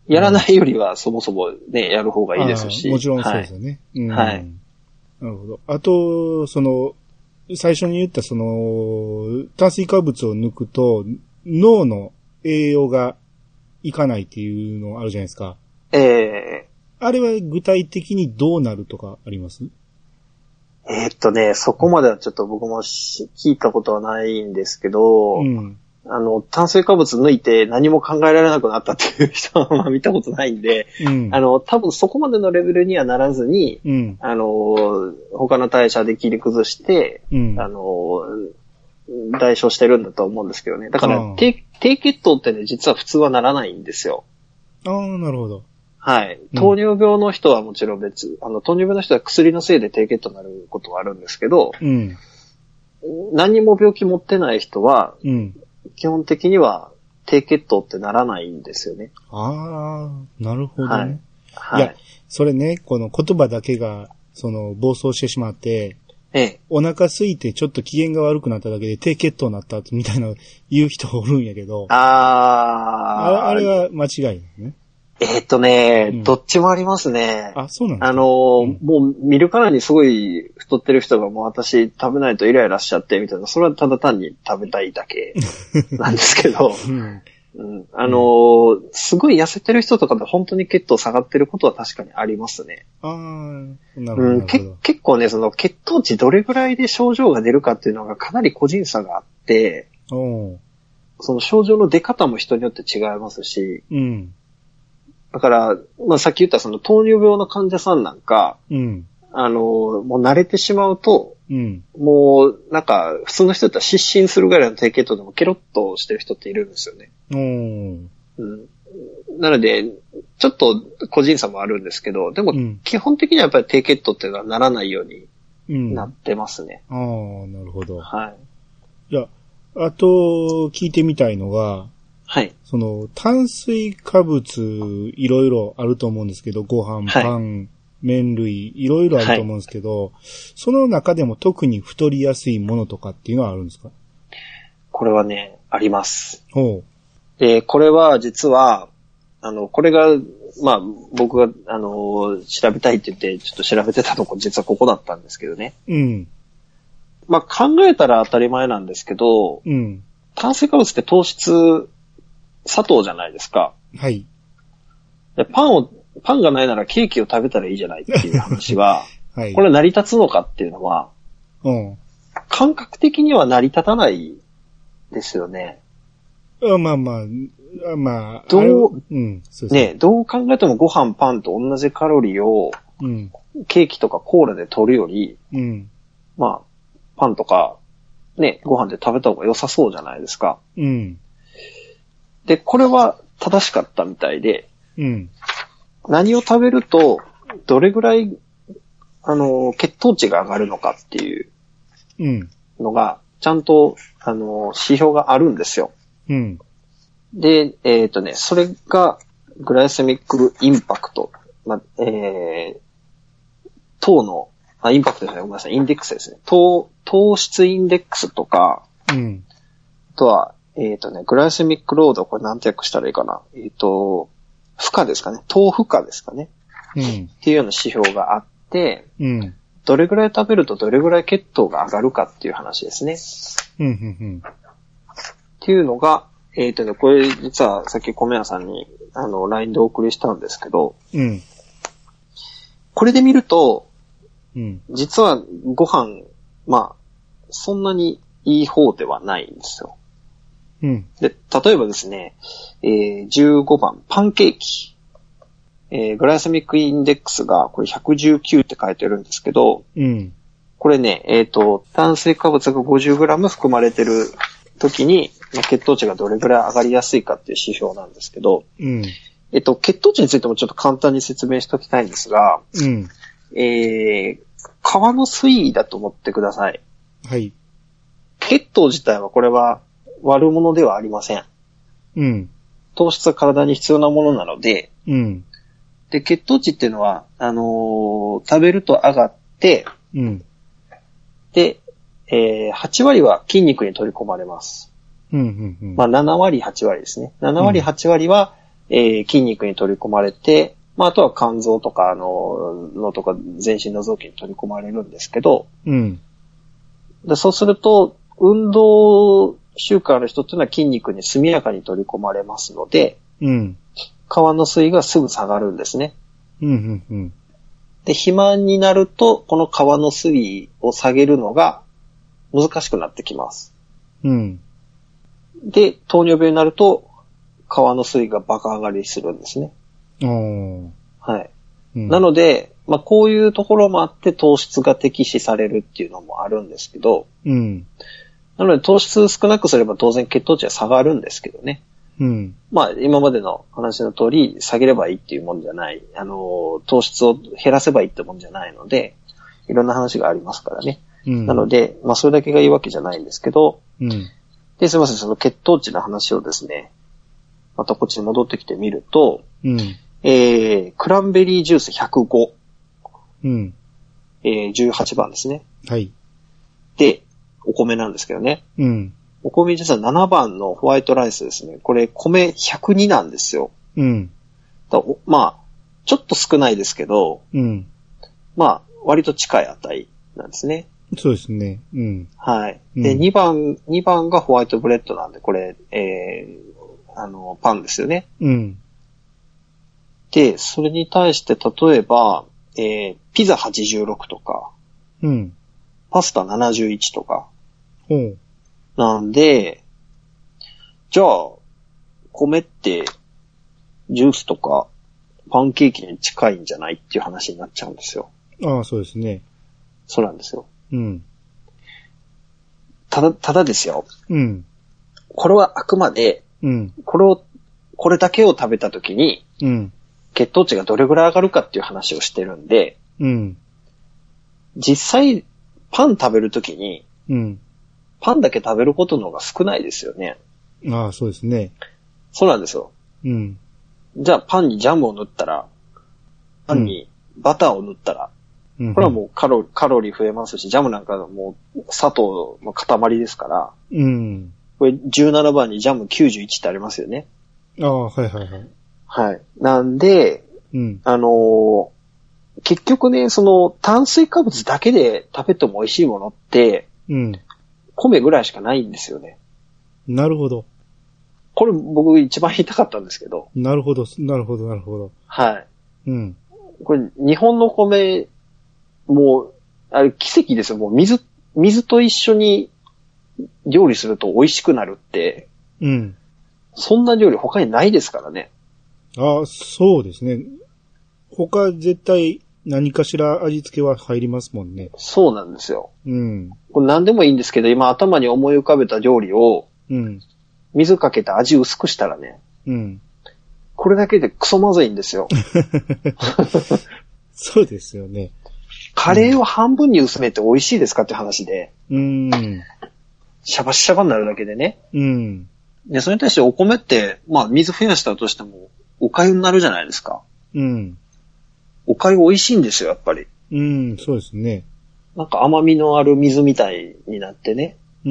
やらないよりはそもそもね、やる方がいいですし。 もちろんそうですよね。はい。うん、はい。なるほど。あと、その、最初に言ったその、炭水化物を抜くと、脳の栄養がいかないっていうのあるじゃないですか。ええー。あれは具体的にどうなるとかあります？ えー、っとね、そこまではちょっと僕も聞いたことはないんですけど、うん、あの、炭水化物抜いて何も考えられなくなったっていう人はまあ見たことないんで、うん、あの、多分そこまでのレベルにはならずに、うん、あの、他の代謝で切り崩して、うん、あの、代償してるんだと思うんですけどね。だから、低血糖ってね、実は普通はならないんですよ。 ああ、なるほど。 はい。糖尿病の人はもちろん別、あの、糖尿病の人は薬のせいで低血糖になることはあるんですけど、うん、何にも病気持ってない人は、うん、基本的には低血糖ってならないんですよね。 ああ、なるほどね。はい。はい、いや、それね、この言葉だけが、その、暴走してしまって、ええ、お腹空いてちょっと機嫌が悪くなっただけで低血糖になったみたいな言う人おるんやけど、ああ、あれは間違いですね。 えー、っとね、うん、どっちもありますね。 あ、そうなんですか。 あのー、うん、もう見るからにすごい太ってる人がもう私食べないとイライラしちゃってみたいな、それはただ単に食べたいだけなんですけど、うんうん、あのー、すごい痩せてる人とかで本当に血糖下がってることは確かにありますね。ああ、なるほど。うん、け結構ね、その血糖値どれぐらいで症状が出るかっていうのがかなり個人差があって、おその症状の出方も人によって違いますし、うんだから、まあ、さっき言ったその糖尿病の患者さんなんか、うん、あの、もう慣れてしまうと、うん、もう、なんか、普通の人だったら失神するぐらいの低血糖でもケロッとしてる人っているんですよね。うんうん、なので、ちょっと個人差もあるんですけど、でも、基本的にはやっぱり低血糖っていうのはならないようになってますね。 うん、ああ、なるほど。はい。いや、あと、聞いてみたいのが、はい。その、炭水化物、いろいろあると思うんですけど、ご飯、パン、はい、麺類、いろいろあると思うんですけど、はい、その中でも特に太りやすいものとかっていうのはあるんですか？ これはね、あります。ほう。で、これは実は、あの、これが、まあ、僕が、あの、調べたいって言って、ちょっと調べてたとこ、実はここだったんですけどね。うん。まあ、考えたら当たり前なんですけど、うん。炭水化物って糖質、砂糖じゃないですか。はい。でパンを、パンがないならケーキを食べたらいいじゃないっていう話は、はい、これ成り立つのかっていうのは、うん、感覚的には成り立たないですよね。 あまあまあ、まあ、 どう、うん、そうですね。ね、どう考えてもご飯パンと同じカロリーを、うん、ケーキとかコーラで取るより、うん、まあ、パンとか、ね、ご飯で食べた方が良さそうじゃないですか。うんで、これは正しかったみたいで、うん、何を食べると、どれぐらい、あの、血糖値が上がるのかっていうのが、ちゃんと、あの、指標があるんですよ。うん、で、えっとね、それが、グライセミックインパクト。ま、えー、糖の、あ、インパクトじゃない、ごめんなさい、インデックスですね。糖、糖質インデックスとか、うん、あとは、えっとね、グライセミックロード、これなんて訳したらいいかな。えっと、負荷ですかね。糖負荷ですかね。うん。っていうような指標があっ 、 うん。 どれぐらい食べるとどれぐらい血糖が上がるかっていう話ですね。 うん、うん、うん。 っていうのが、えっとね、これ実はさっき米屋さんに、あの、ライン でお送りしたんですけど、 うん。 これで見ると、 うん。 実はご飯、まあ、そんなにいい方ではないんですよ。 うん。 で、例えばですね、えー、じゅうごばん、パンケーキ。えー、グライセミックインデックスが、これひゃくじゅうきゅうって書いてるんですけど、 うん。 これね、えっと、炭水化物が ごじゅうグラム 含まれてる時に、まあ、血糖値がどれぐらい上がりやすいかっていう指標なんですけど、 うん。 えっと、血糖値についてもちょっと簡単に説明しておきたいんですが、 うん。 えー、川の水位だと思ってください。 はい。 血糖自体はこれは悪者ではありません。 うん。 糖質は体に必要なものなので、 うん。 で、血糖値っていうのは、あのー、食べると上がって、 うん。 で、えー、はち割は筋肉に取り込まれます。 うん。うん。 まあ、なな割、はち割ですね。なな割、はち割は、えー、筋肉に取り込まれて、まあ、あとは肝臓とか、あの、脳とか全身の臓器に取り込まれるんですけど、 うん。 でそうすると、運動習慣ある人っていうのは筋肉に速やかに取り込まれますので、 うん。 川の水位がすぐ下がるんですね。 うん。うん。 で、肥満になると、この川の水位を下げるのが難しくなってきます。 うん。 で、糖尿病になると、川の水位が爆上がりするんですね。 おー。 はい。 うん、 なので、まあ、こういうところもあって糖質が適視されるっていうのもあるんですけど、 うん。 なので糖質少なくすれば当然血糖値は下がるんですけどね。 うん。 まあ、今までの話の通り、下げればいいっていうもんじゃない。あの、糖質を減らせばいいってもんじゃないので、いろんな話がありますからね。 うん、 なので、まあ、それだけがいいわけじゃないんですけど、 うん、 で、すいません、その血糖値の話をですね、またこっちに戻ってきてみると、 うん、 えー、クランベリージュースひゃくご、 うん、 えー、じゅうはちばんですね。 はい。で、 お米なんですけどね。 うん。 お米実はななばんのホワイトライスですね。これ米ひゃくになんですよ。 うん。 だまあ、ちょっと少ないですけど、 うん。 まあ、割と近い値なんですね。 そうですね。うん。 はい。で、 うん、 にばん、にばんがホワイトブレッドなんで、これ、えー、あの、パンですよね。 うん。 で、それに対して例えば、えー、ピザはちじゅうろくとか、 うん。 パスタななじゅういちとか。 ほう。 なんで、じゃあ、米って、ジュースとか、パンケーキに近いんじゃないっていう話になっちゃうんですよ。 ああ、そうですね。 そうなんですよ。 うん。 ただ、ただですよ。 うん。 これはあくまで、 うん。 これを、これだけを食べたときに、 うん。 血糖値がどれぐらい上がるかっていう話をしてるんで、 うん。 実際、パン食べるときに、 うん。 パンだけ食べることの方が少ないですよね。 ああ、そうですね。 そうなんですよ。 うん。 じゃあパンにジャムを塗ったら、パンにバターを塗ったら、 うん、 これはもうカロリー、カロリー増えますし、ジャムなんかもう砂糖の塊ですから、 うん。 これじゅうななばんにジャムきゅうじゅういちってありますよね。 ああ、はいはいはい。 はい。なんで、 うん。 あのー、結局ね、その炭水化物だけで食べても美味しいものって、 うん。 米ぐらいしかないんですよね。 なるほど。 これ僕一番言いたかったんですけど。 なるほど、なるほど、なるほど。 はい。 うん。 これ日本の米、もう、あれ奇跡ですよ。もう水、水と一緒に料理すると美味しくなるって、 うん。 そんな料理他にないですからね。 ああ、そうですね。他絶対何かしら味付けは入りますもんね。 そうなんですよ。 うん。 これ何でもいいんですけど、今頭に思い浮かべた料理を、 うん。 水かけて味薄くしたらね、 うん。 これだけでクソまずいんですよ。 そうですよね。 カレーを半分に薄めて美味しいですかって話で、 うん。 シャバシャバになるだけでね。 うん。 で、それに対してお米って、まあ水増やしたとしても、お粥になるじゃないですか。 うん。 お粥美味しいんですよ、やっぱり。 うん、そうですね。 なんか甘みのある水みたいになってね。 うん。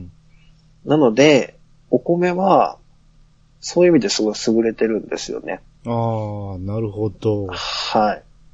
なので、お米は、そういう意味ですごい優れてるんですよね。 ああ、なるほど。 はい。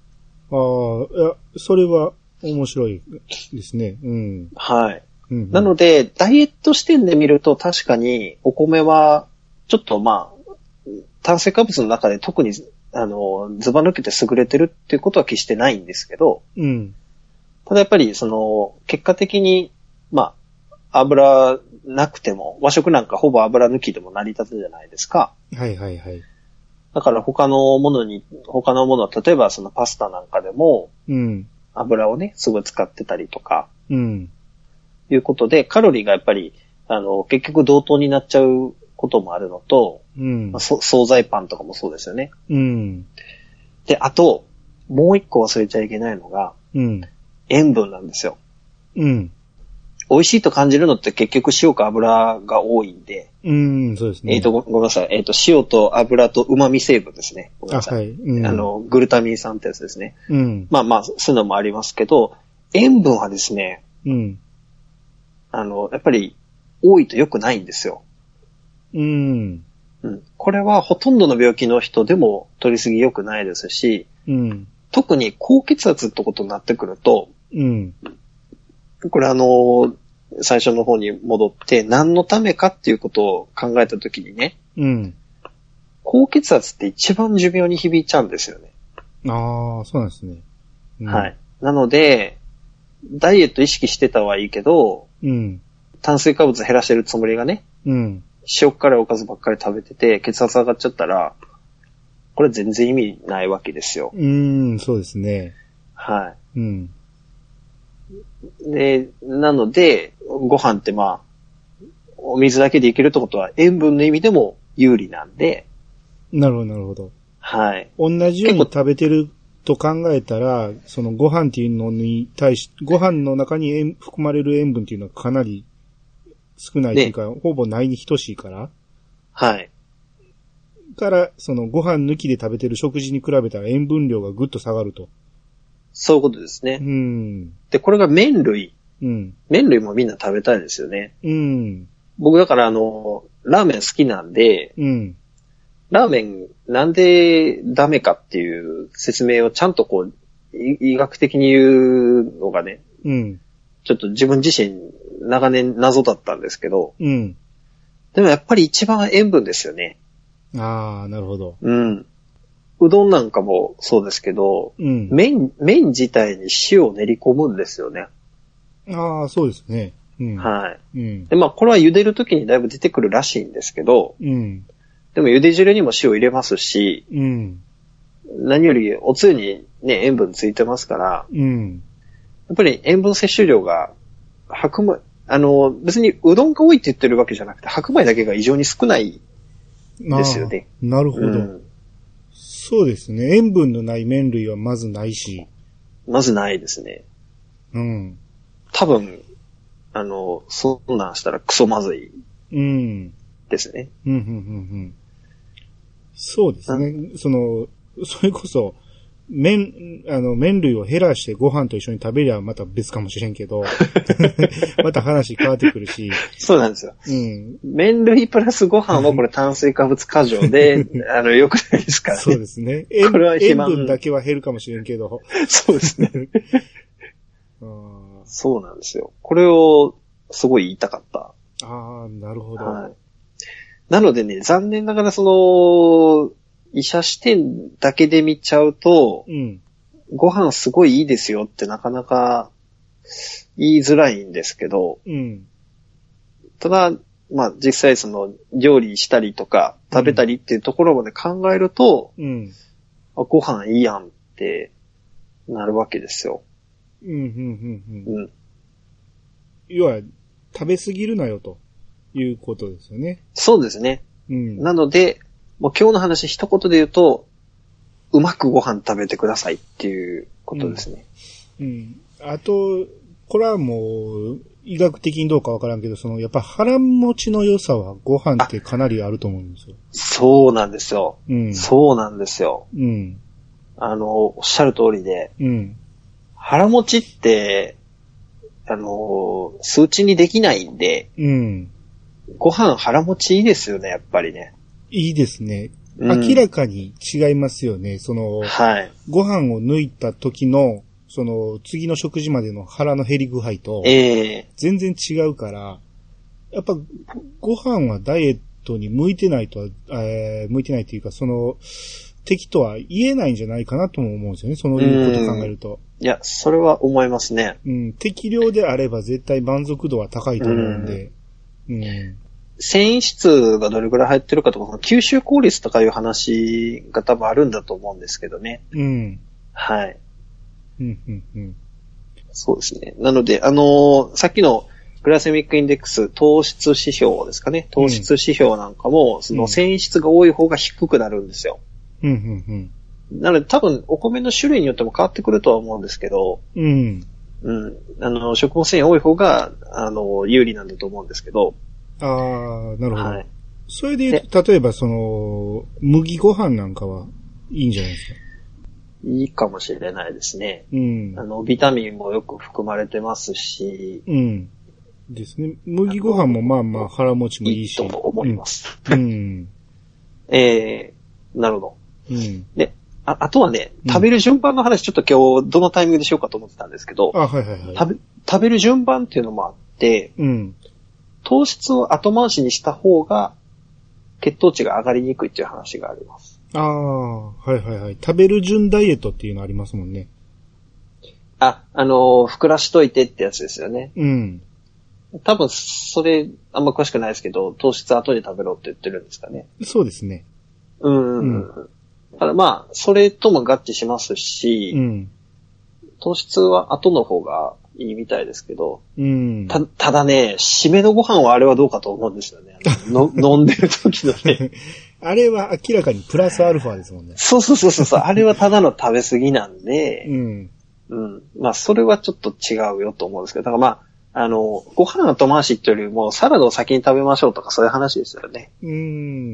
ああ、いや、それは面白いですね。うん。 はい。 うんうん、 なので、ダイエット視点で見ると確かにお米は、ちょっとまあ、炭水化物の中で特に、あの、ずば抜けて優れてるっていうことは決してないんですけど、 うん。 ただやっぱり、その、結果的に、まあ、油なくても、和食なんかほぼ油抜きでも成り立つじゃないですか。 はいはいはい。 だから他のものに、他のものは、例えばそのパスタなんかでも、 うん。 油をね、すごい使ってたりとか、 うん。 いうことで、カロリーがやっぱり、あの、結局同等になっちゃうこともあるのと、 うん。 まあ、そ惣菜パンとかもそうですよね。 うん。 で、あと、もう一個忘れちゃいけないのが、 うん。 塩分なんですよ。 うん。 美味しいと感じるのって結局塩か油が多いんで。 うん、そうですね。 えっと、ご、ごめんなさい。えっと、塩と油と旨味成分ですね。ごめんなさい。 あ、はい。うん、 あの、グルタミン酸ってやつですね。 うん。 まあまあ、そういうのもありますけど、塩分はですね、 うん。 あの、やっぱり多いと良くないんですよ。 うん。 うん。これはほとんどの病気の人でも取りすぎ良くないですし、 うん。 特に高血圧ってことになってくると、 うん。 これあの、最初の方に戻って何のためかっていうことを考えたときにね、 うん。 高血圧って一番寿命に響いちゃうんですよね。 ああ、そうなんですね。 うん、はい。なので、ダイエット意識してたはいいけど、 うん。 炭水化物減らしてるつもりがね、 うん。 塩辛いおかずばっかり食べてて血圧上がっちゃったら、これ全然意味ないわけですよ。 うーん、そうですね。 はい。 うん。 で、なので、ご飯ってまあ、お水だけでいけるってことは塩分の意味でも有利なんで。 なるほど、なるほど。 はい。 同じように食べてると考えたら、そのご飯っていうのに対し、ご飯の中に含まれる塩分っていうのはかなり少ないというか、ね、ほぼないに等しいから。 はい。 から、そのご飯抜きで食べてる食事に比べたら塩分量がぐっと下がると。 そういうことですね。 うん。 で、これが麺類。 うん。 麺類もみんな食べたいですよね。 うん。 僕だからあの、ラーメン好きなんで、 うん。 ラーメンなんでダメかっていう説明をちゃんとこう、医学的に言うのがね、 うん。 ちょっと自分自身長年謎だったんですけど、 うん。 でもやっぱり一番塩分ですよね。 ああ、なるほど。 うん。うどんなんかもそうですけど、 うん、 麺、麺自体に塩を練り込むんですよね。 ああ、そうですね。うん、 はい。 うん。 で、まあこれは茹でるときにだいぶ出てくるらしいんですけど、 うん。 でも茹で汁にも塩入れますし、 うん。 何よりおつゆにね、塩分ついてますから、 うん。 やっぱり塩分摂取量が白米、あの、別にうどんが多いって言ってるわけじゃなくて、白米だけが異常に少ないですよね。 なるほど、うん。そうですね。塩分のない麺類はまずないし。 まずないですね。 うん。 多分、あの、そんなんしたらクソまずい。うん。ですね。 うん、うん、うん、うん。そうですね。その、それこそ、麺、あの、麺類を減らしてご飯と一緒に食べりゃまた別かもしれんけど、また話変わってくるし。 そうなんですよ。うん。麺類プラスご飯はこれ炭水化物過剰で、あの、良くないですからね。 そうですね。これは塩分だけは減るかもしれんけど。 そうですね。そうなんですよ。これをすごい言いたかった。 ああ、なるほど。はい。 なのでね、残念ながらその、医者視点だけで見ちゃうと、うん、ご飯すごいいいですよってなかなか言いづらいんですけど、うん、ただ、まあ実際その料理したりとか食べたりっていうところまで考えると、うん、あご飯いいやんってなるわけですよ。うんうんうんうん、 要は食べ過ぎるなよということですよね。 そうですね。うん、なので、もう今日の話一言で言うと、うまくご飯食べてくださいっていうことですね。 うん。うん、あと、これはもう、医学的にどうかわからんけど、その、やっぱ腹持ちの良さはご飯ってかなりあると思うんですよ。 そうなんですよ。うん。そうなんですよ。うん。あの、おっしゃる通りで、うん。腹持ちって、あの、数値にできないんで、うん。ご飯腹持ちいいですよね、やっぱりね。 いいですね。 明らかに違いますよね。その、 はい。 ご飯を抜いた時の、その、次の食事までの腹の減り具合と、 ええー、 全然違うから、やっぱ、ご飯はダイエットに向いてないとは、えー、向いてないというか、その、敵とは言えないんじゃないかなとも思うんですよね。そのいうことを考えると。 いや、それは思いますね。 うん。適量であれば絶対満足度は高いと思うんで。うん。うん、 繊維質がどれくらい入ってるかとか、吸収効率とかいう話が多分あるんだと思うんですけどね。 うん。 はい。 うん、うん、うん。 そうですね。なので、あのー、さっきのグラセミックインデックス、糖質指標ですかね。糖質指標なんかも、うん、その繊維質が多い方が低くなるんですよ。 うん、うん、うん。 なので多分お米の種類によっても変わってくるとは思うんですけど、 うん。 うん。あの、食物繊維多い方が、あの、有利なんだと思うんですけど。 ああ、なるほど。はい。それで言うと、 例えばその、麦ご飯なんかはいいんじゃないですか？ いいかもしれないですね。 うん。 あの、ビタミンもよく含まれてますし。 うん。ですね。麦ご飯もまあまあ腹持ちもいいし。 いいと思います。 うん。うん、 えー、なるほど。 うん。 で、あ、あとはね、食べる順番の話ちょっと今日どのタイミングでしようかと思ってたんですけど。 あ、はいはいはい。 食べ、食べる順番っていうのもあって、 うん。 糖質を後回しにした方が血糖値が上がりにくいっていう話があります。 ああ、はいはいはい。食べる順ダイエットっていうのありますもんね。 あ、あのー、ふくらしといてってやつですよね。 うん。 多分、それ、あんま詳しくないですけど、糖質後で食べろって言ってるんですかね。 そうですね。 うん。うん。ただまあ、それとも合致しますし、 うん。 糖質は後の方がいいみたいですけど、 うん。 た、ただね、締めのご飯はあれはどうかと思うんですよね。の飲んでる時のね。 あれは明らかにプラスアルファですもんね。 そうそうそうそう。あれはただの食べ過ぎなんで、 うん。 うん。まあ、それはちょっと違うよと思うんですけど、だからまあ、あの、ご飯後回しっていうよりも、サラダを先に食べましょうとかそういう話ですよね。 うん。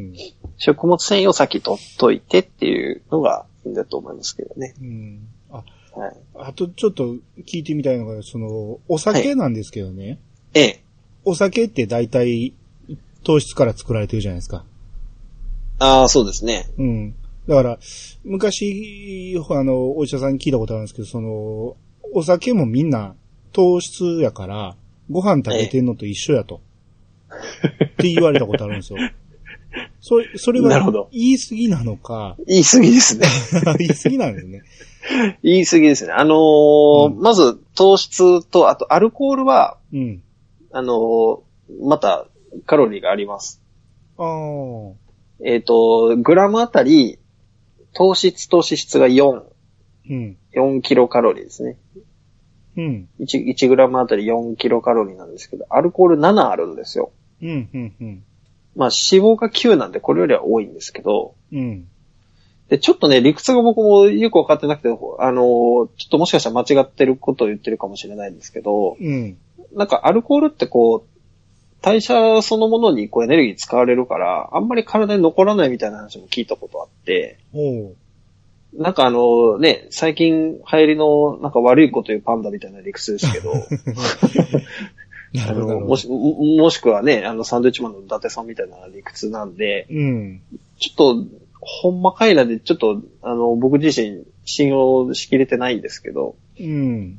食物繊維を先取っといてっていうのがいいんだと思いますけどね。 うん。あ、 はい。 あとちょっと聞いてみたいのが、その、お酒なんですけどね。はい、 ええ。 お酒って大体糖質から作られてるじゃないですか。 ああ、そうですね。 うん。だから、昔、あの、お医者さんに聞いたことあるんですけど、その、お酒もみんな糖質やから、ご飯食べてんのと一緒やと。って言われたことあるんですよ。それ、それは言い過ぎなのか。 言い過ぎですね。 言い過ぎなんですね。 言い過ぎですね。あのーうん、まず糖質と、あとアルコールは、 うん、 あのー、またカロリーがあります。 あー。 えっと、グラムあたり、糖質と脂質がよん。 うん。 よんキロカロリーですね。 うん。 1、いちグラムあたりよんキロカロリーなんですけど、アルコールななあるんですよ。 うん、うん、うん。 まあ脂肪がきゅうなんでこれよりは多いんですけど、 うん。 で、ちょっとね、理屈が僕もよくわかってなくて、あの、ちょっともしかしたら間違ってることを言ってるかもしれないんですけど、 うん。 なんかアルコールってこう、代謝そのものにこうエネルギー使われるから、あんまり体に残らないみたいな話も聞いたことあって、 おう。 なんかあのね、最近流行りのなんか悪いこと言うパンダみたいな理屈ですけど、あのもし、もしくはね、あのサンドウィッチマンの伊達さんみたいな理屈なんで、 うん、 ちょっと、ほんまかいなで、ちょっと、あの、僕自身信用しきれてないんですけど、 うん。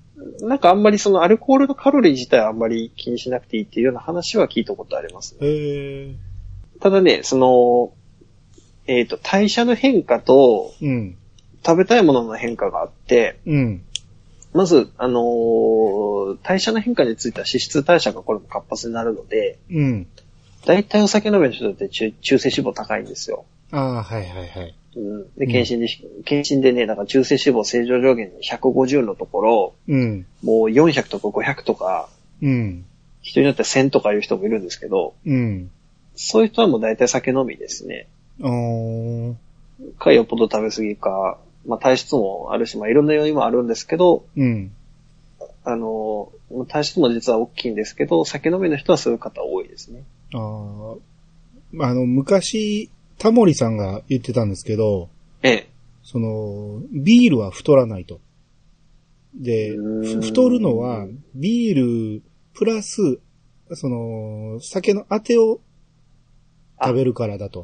なんかあんまりそのアルコールのカロリー自体はあんまり気にしなくていいっていうような話は聞いたことありますね。 へー。ただね、その、えっと、代謝の変化と、 うん、 食べたいものの変化があって、 うん、 まず、あのー、代謝の変化については脂質代謝がこれも活発になるので、 うん。 大体お酒飲める人って中、中性脂肪高いんですよ。 ああ、はいはいはい。 うん。で、検診で、うん、検診でね、なんか中性脂肪正常上限ひゃくごじゅうのところ、 うん。 もうよんひゃくとかごひゃくとか、 うん。 人によってはせんとかいう人もいるんですけど、 うん。 そういう人はもう大体酒飲みですね。 あー。 かよっぽど食べ過ぎか、まあ体質もあるし、まあいろんな要因もあるんですけど、 うん。 あの、体質も実は大きいんですけど、酒飲みの人はそういう方多いですね。 ああ。あの、昔、タモリさんが言ってたんですけど、 ええ。 その、ビールは太らないと。で、太るのは、ビール、プラス、その、酒のあてを食べるからだと。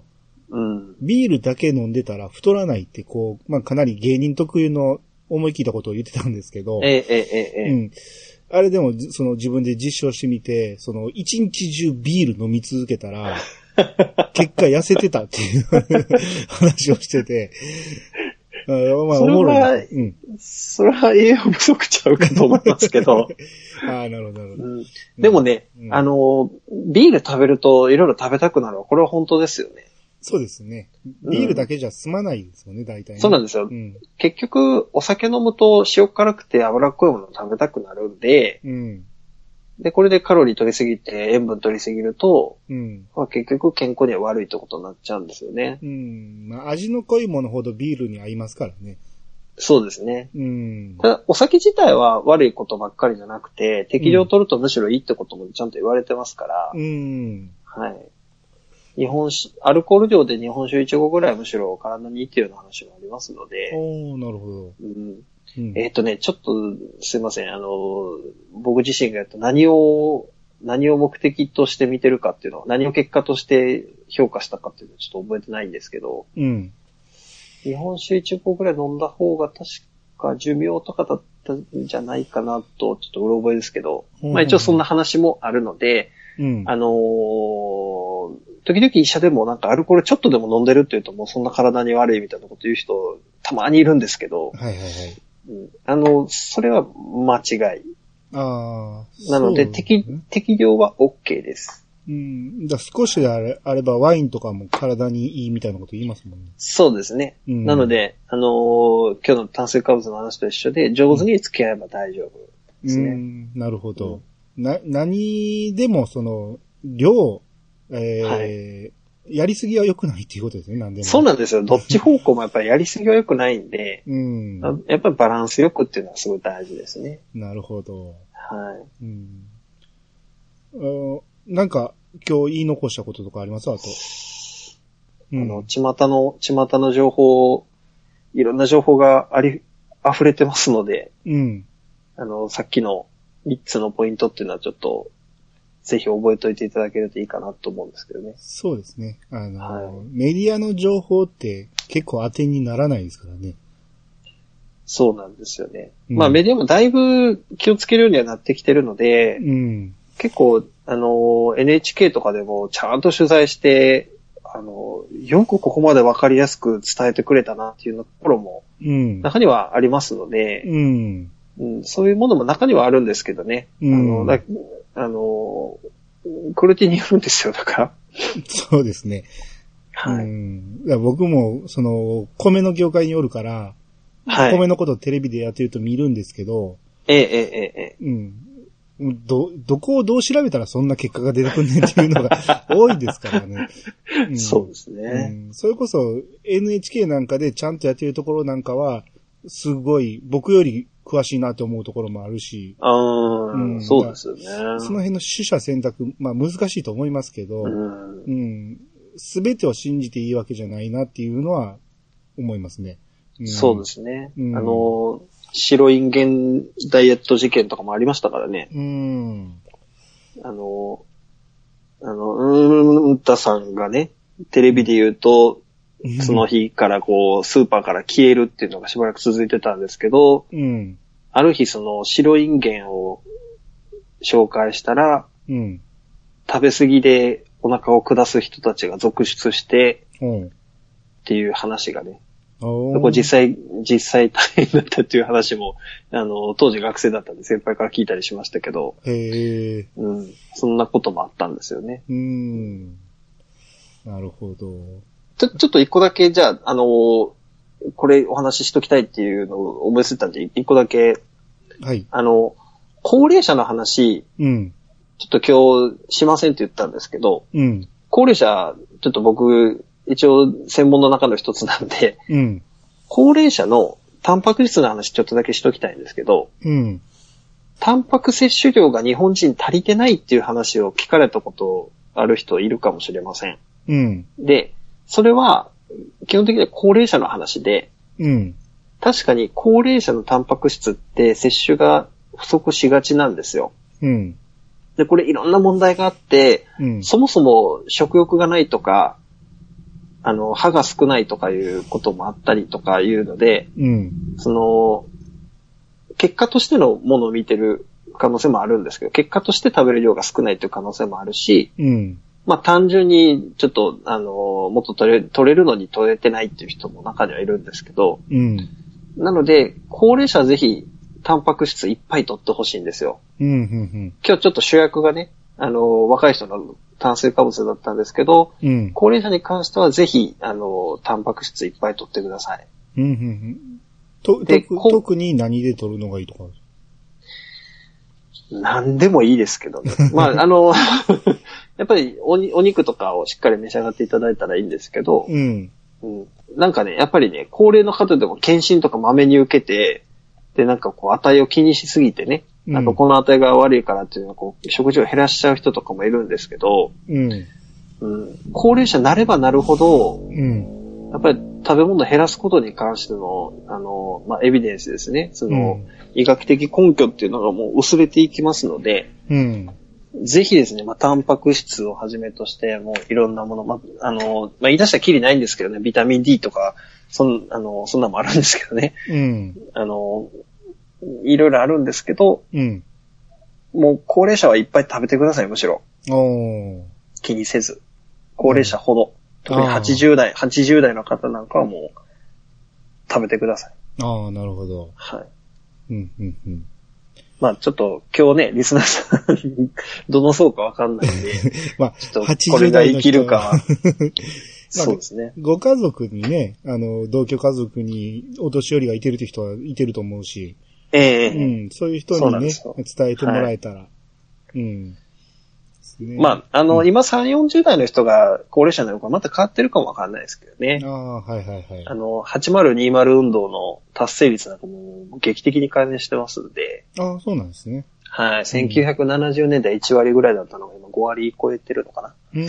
うん。 ビールだけ飲んでたら太らないってこう、まあかなり芸人特有の思い切ったことを言ってたんですけど。 ええええええ。 うん。あれでも、その自分で実証してみて、その一日中ビール飲み続けたら、結果痩せてたっていう話をしてて、あまあ、おもろいな。うん。 それは栄養不足ちゃうかと思いますけど。 ああ、なるほど、なるほど。うん、 でもね、うん、あの、ビール食べるといろいろ食べたくなる。これは本当ですよね。 そうですね。ビールだけじゃ済まないですよね、うん、大体、ね。 そうなんですよ、うん。結局、お酒飲むと塩辛くて脂っこいものを食べたくなるんで、うん、で、これでカロリー取りすぎて塩分取りすぎると、うんまあ、結局健康には悪いってことになっちゃうんですよね。 うん。まあ、味の濃いものほどビールに合いますからね。 そうですね。 うん。 ただ、お酒自体は悪いことばっかりじゃなくて、適量取るとむしろいいってこともちゃんと言われてますから。 うん。 はい。日本酒、アルコール量で日本酒いちごぐらいむしろ体にいいっていうような話もありますので。 おー、なるほど。 うんうん、えっ、ー、とね、ちょっと、すいません。あの、僕自身がやった何を、何を目的として見てるかっていうのは、何を結果として評価したかっていうのはちょっと覚えてないんですけど、 うん。 日本酒いちごぐらい飲んだ方が確か寿命とかだったんじゃないかなと、ちょっとうろ覚えですけど、うん、まあ一応そんな話もあるので、うん、あのー、時々医者でもなんかアルコールちょっとでも飲んでるって言うともうそんな体に悪いみたいなこと言う人たまにいるんですけど、 はいはいはい。 うん、あの、それは間違い。 ああ。 なので、ね、適、適量は OK です。 うん。だ少しであれ、あればワインとかも体にいいみたいなこと言いますもんね。 そうですね。うん、なので、あのー、今日の炭水化物の話と一緒で上手に付き合えば大丈夫ですね。 うん、なるほど。うん、な、何でもその、量、えー、はいやりすぎは良くないっていうことですね、なんでも。 そうなんですよ。どっち方向もやっぱりやりすぎは良くないんで、 うん、 やっぱりバランスよくっていうのはすごい大事ですね。 なるほど。 はい。 うん、なんか今日言い残したこととかあります？あと。 うん、あの、巷の、巷の情報、いろんな情報があり、溢れてますので、 うん、 あの、さっきのみっつのポイントっていうのはちょっと、ぜひ覚えておいていただけるといいかなと思うんですけどね。 そうですね。あの、 はい、 メディアの情報って結構当てにならないですからね。 そうなんですよね。うん、まあメディアもだいぶ気をつけるようにはなってきてるので、 うん、 結構、あの、エヌエイチケー とかでもちゃんと取材して、あの、よくここまでわかりやすく伝えてくれたなっていうところも、中にはありますので、 うんうん、そういうものも中にはあるんですけどね。 うん、 あの、だあの、クオリティによるんですよ、だから。 そうですね。 はい。 うん、僕も、その、米の業界におるから、はい、米のことをテレビでやってると見るんですけど、 ええ、ええ、ええ。 うん。ど、どこをどう調べたらそんな結果が出てくんねんっていうのが多いですからね、 うん。そうですね、 うん。それこそ エヌエイチケー なんかでちゃんとやってるところなんかは、すごい僕より詳しいなと思うところもあるし。 ああ、うん、そうですよね。 その辺の取捨選択、まあ難しいと思いますけど、 うん。 すべ、うん、てを信じていいわけじゃないなっていうのは思いますね。 うん、そうですね。うん、あの、白インゲンダイエット事件とかもありましたからね。 うん。 あの、あの、うんたさんがね、テレビで言うと、その日からこう、スーパーから消えるっていうのがしばらく続いてたんですけど、 うん、 ある日その白インゲンを紹介したら、 うん、 食べ過ぎでお腹を下す人たちが続出して、っていう話がね、これ実際、実際大変だったっていう話も、あの、当時学生だったんで先輩から聞いたりしましたけど、 へー、 うん、そんなこともあったんですよね。 うーん、なるほど。 ちょ、ちょっと一個だけ、じゃあ、あのー、これお話ししときたいっていうのを思いついたんで、一個だけ。 はい。 あの、高齢者の話、 うん。 ちょっと今日しませんって言ったんですけど、 うん。 高齢者、ちょっと僕、一応専門の中の一つなんで、 うん。 高齢者のタンパク質の話ちょっとだけしときたいんですけど、 うん。 タンパク摂取量が日本人足りてないっていう話を聞かれたことある人いるかもしれません。 うん。 で、それは、基本的には高齢者の話で、 うん。 確かに高齢者のタンパク質って摂取が不足しがちなんですよ。 うん。 で、これいろんな問題があって、 うん、 そもそも食欲がないとか、 あの、歯が少ないとかいうこともあったりとかいうので、 うん。 その、結果としてのものを見てる可能性もあるんですけど、結果として食べる量が少ないという可能性もあるし、 うん。 まあ単純にちょっと、あの、もっと取れ、取れるのに取れてないっていう人も中にはいるんですけど、 うん。 なので、高齢者はぜひ、タンパク質いっぱい取ってほしいんですよ。 うん、うん、うん。 今日ちょっと主役がね、あの、若い人の炭水化物だったんですけど、 うん。 高齢者に関してはぜひ、あの、タンパク質いっぱい取ってください。 うん、うん、うん。と、 で特特に何で取るのがいいとか何でもいいですけどね。まあ、あの、やっぱりおにお肉とかをしっかり召し上がっていただいたらいいんですけど、 うん。 うん、なんかね、やっぱりね、高齢の方でも検診とかまめに受けて、で、なんかこう、値を気にしすぎてね、 うん、 なんかこの値が悪いからっていうのをこう、食事を減らしちゃう人とかもいるんですけど、 うん。 うん、高齢者になればなるほど、 うん。 やっぱり食べ物を減らすことに関しての、あの、まあ、エビデンスですね。その、うん、医学的根拠っていうのがもう薄れていきますので、 うん。 ぜひですね、まあ、タンパク質をはじめとして、もういろんなもの、まあ、あの、まあ、言い出したらきりないんですけどね、ビタミン D とか、そん、あの、そんなもあるんですけどね。 うん。 あの、いろいろあるんですけど、 うん。 もう高齢者はいっぱい食べてください、むしろ。 おー。 気にせず。高齢者ほど。うん、特にはちじゅう代、はちじゅう代の方なんかはもう、食べてください。 ああ、なるほど。 はい。 うん、うん、うん。 まあちょっと今日ね、リスナーさん、どの層かわかんないんで、 まあ、 ちょっとこれが生きるかは。そうですね。 ご家族にね、あの、同居家族にお年寄りがいてるって人はいてると思うし、 ええうん、そういう人にね、伝えてもらえたら、はい、うん。 ね、まあ、あの、うん、今さんじゅう、よんじゅう代の人が高齢者になるかまた変わってるかもわかんないですけどね。 ああ、はいはいはい。 あの、はちまるにじゅう運動の達成率なんかもう劇的に改善してますんで。 ああ、そうなんですね。 はい。せんきゅうひゃくななじゅうねんだいいち割ぐらいだったのが今ご割超えてるのかな。 うん。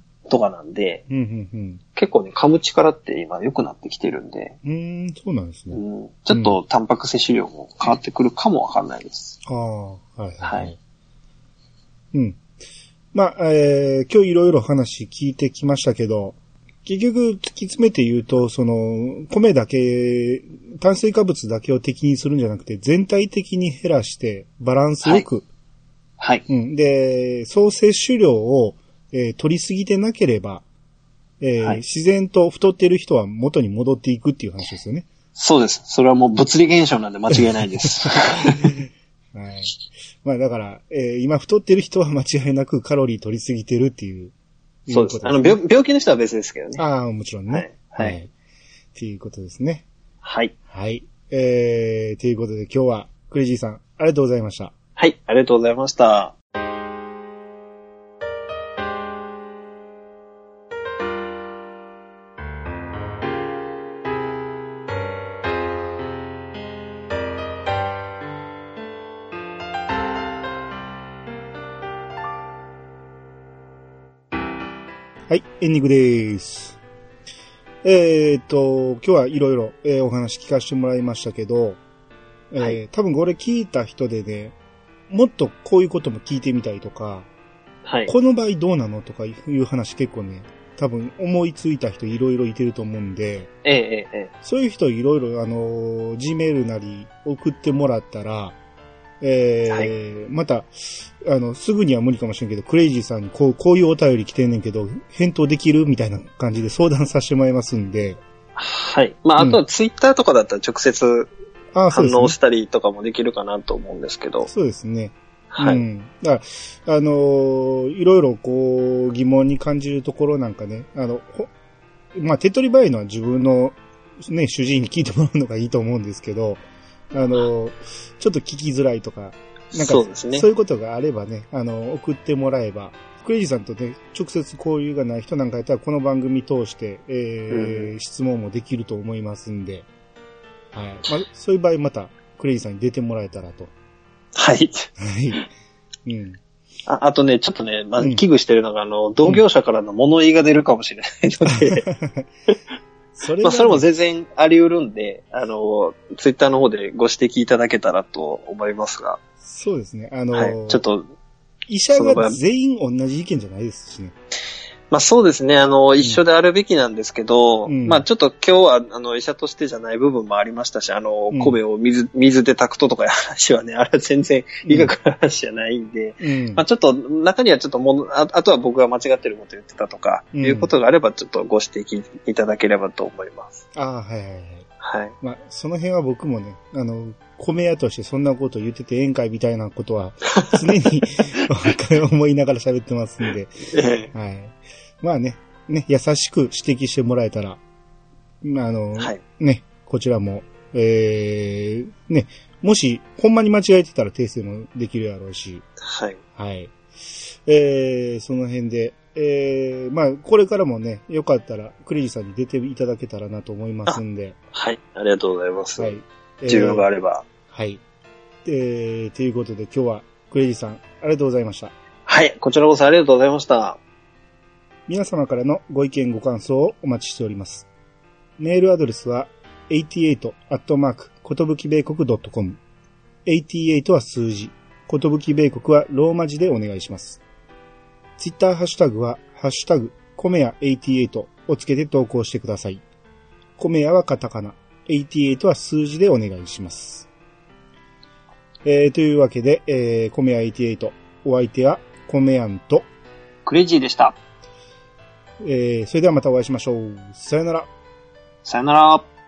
とかなんで、 うんうんうん、結構ね、噛む力って今良くなってきてるんで。 うん、そうなんですね。 うん、ちょっとタンパク摂取量も変わってくるかもわかんないです。 ああ、はいはい、はい。 はい。 うん。まあ、えー、今日いろいろ話聞いてきましたけど、結局突き詰めて言うと、その、米だけ、炭水化物だけを敵にするんじゃなくて、全体的に減らして、バランスよく。 はい。はい、 うん。で、総摂取量を、えー、取りすぎてなければ、えーはい、自然と太っている人は元に戻っていくっていう話ですよね。 そうです。それはもう物理現象なんで間違いないです。 はい。まあだから、えー、今太ってる人は間違いなくカロリー取りすぎてるっていう。 そうです。あの病、病気の人は別ですけどね。 ああ、もちろんね。 はい。はい。 っていうことですね。 はい。 はい。えー、ということで今日はクレイジーさん、ありがとうございました。 はい、ありがとうございました。 はい、エンディングでーす。えーっと、今日はいろいろお話聞かせてもらいましたけど、えーはい、多分これ聞いた人でね、もっとこういうことも聞いてみたいとか、 はい、この場合どうなのとかいう話結構ね、多分思いついた人いろいろいてると思うんで、 ええええ、 そういう人いろいろあの、G メールなり送ってもらったら、えー、はい、また、あの、すぐには無理かもしれんけど、クレイジーさんにこう、こういうお便り来てんねんけど、返答できるみたいな感じで相談させてもらいますんで。 はい。まあ、あとはツイッターとかだったら直接反応したりとかもできるかなと思うんですけど。 そうですね。 はい。 うん。だから、あのー、いろいろこう、疑問に感じるところなんかね、あの、まあ、手っ取り早いのは自分のね、主治医に聞いてもらうのがいいと思うんですけど、あの、ちょっと聞きづらいとか、なんかそうですね。そういうことがあればね、あの、送ってもらえば、クレイジーさんとね、直接交流がない人なんかやったら、この番組通して、えーうん、質問もできると思いますんで、はい。まあ、そういう場合また、クレイジーさんに出てもらえたらと。 はい。はい。うん。あ、あとね、ちょっとね、まあ、危惧してるのが、うん、あの、同業者からの物言いが出るかもしれないので、うんそれ、ね、まあ、それも全然あり得るんで、あの、ツイッターの方でご指摘いただけたらと思いますが。 そうですね。あの、 はい、ちょっと、 医者が全員同じ意見じゃないですしね。 まあそうですね。あの、一緒であるべきなんですけど、 うん、 まあちょっと今日は、あの、医者としてじゃない部分もありましたし、あの、米を水、水で炊くととかいう話はね、あれは全然医学の話じゃないんで、うん、まあちょっと、中にはちょっともあ、あとは僕が間違ってること言ってたとか、うん、いうことがあれば、ちょっとご指摘いただければと思います。 ああ、はいはいはい。 はい。 まあ、その辺は僕もね、あの、米屋としてそんなこと言ってて宴会みたいなことは、常に思いながら喋ってますんで、はい。まあね、ね、優しく指摘してもらえたら、まあ、あの、はい、ね、こちらも、えー、ね、もし、ほんまに間違えてたら訂正もできるやろうし、 はい。 はい。えー、その辺で、えー、まあ、これからもね、よかったら、クレイジーさんに出ていただけたらなと思いますんで。 はい、ありがとうございます。はい。需要があれば。 はい。えー、ということで今日は、クレイジーさん、ありがとうございました。 はい、こちらこそありがとうございました。 皆様からのご意見ご感想をお待ちしております。メールアドレスは、はちじゅうはちアットマークことぶき米国ドットコム。はちじゅうはちは数字、ことぶき米国はローマ字でお願いします。ツイッターハッシュタグは、ハッシュタグ、コメヤはちじゅうはちをつけて投稿してください。コメヤはカタカナ、はちじゅうはちは数字でお願いします。えー、というわけで、えー、コメヤはちじゅうはち、お相手はコメヤンとクレイジーでした。 えー、それではまたお会いしましょう。さよなら。 さよなら。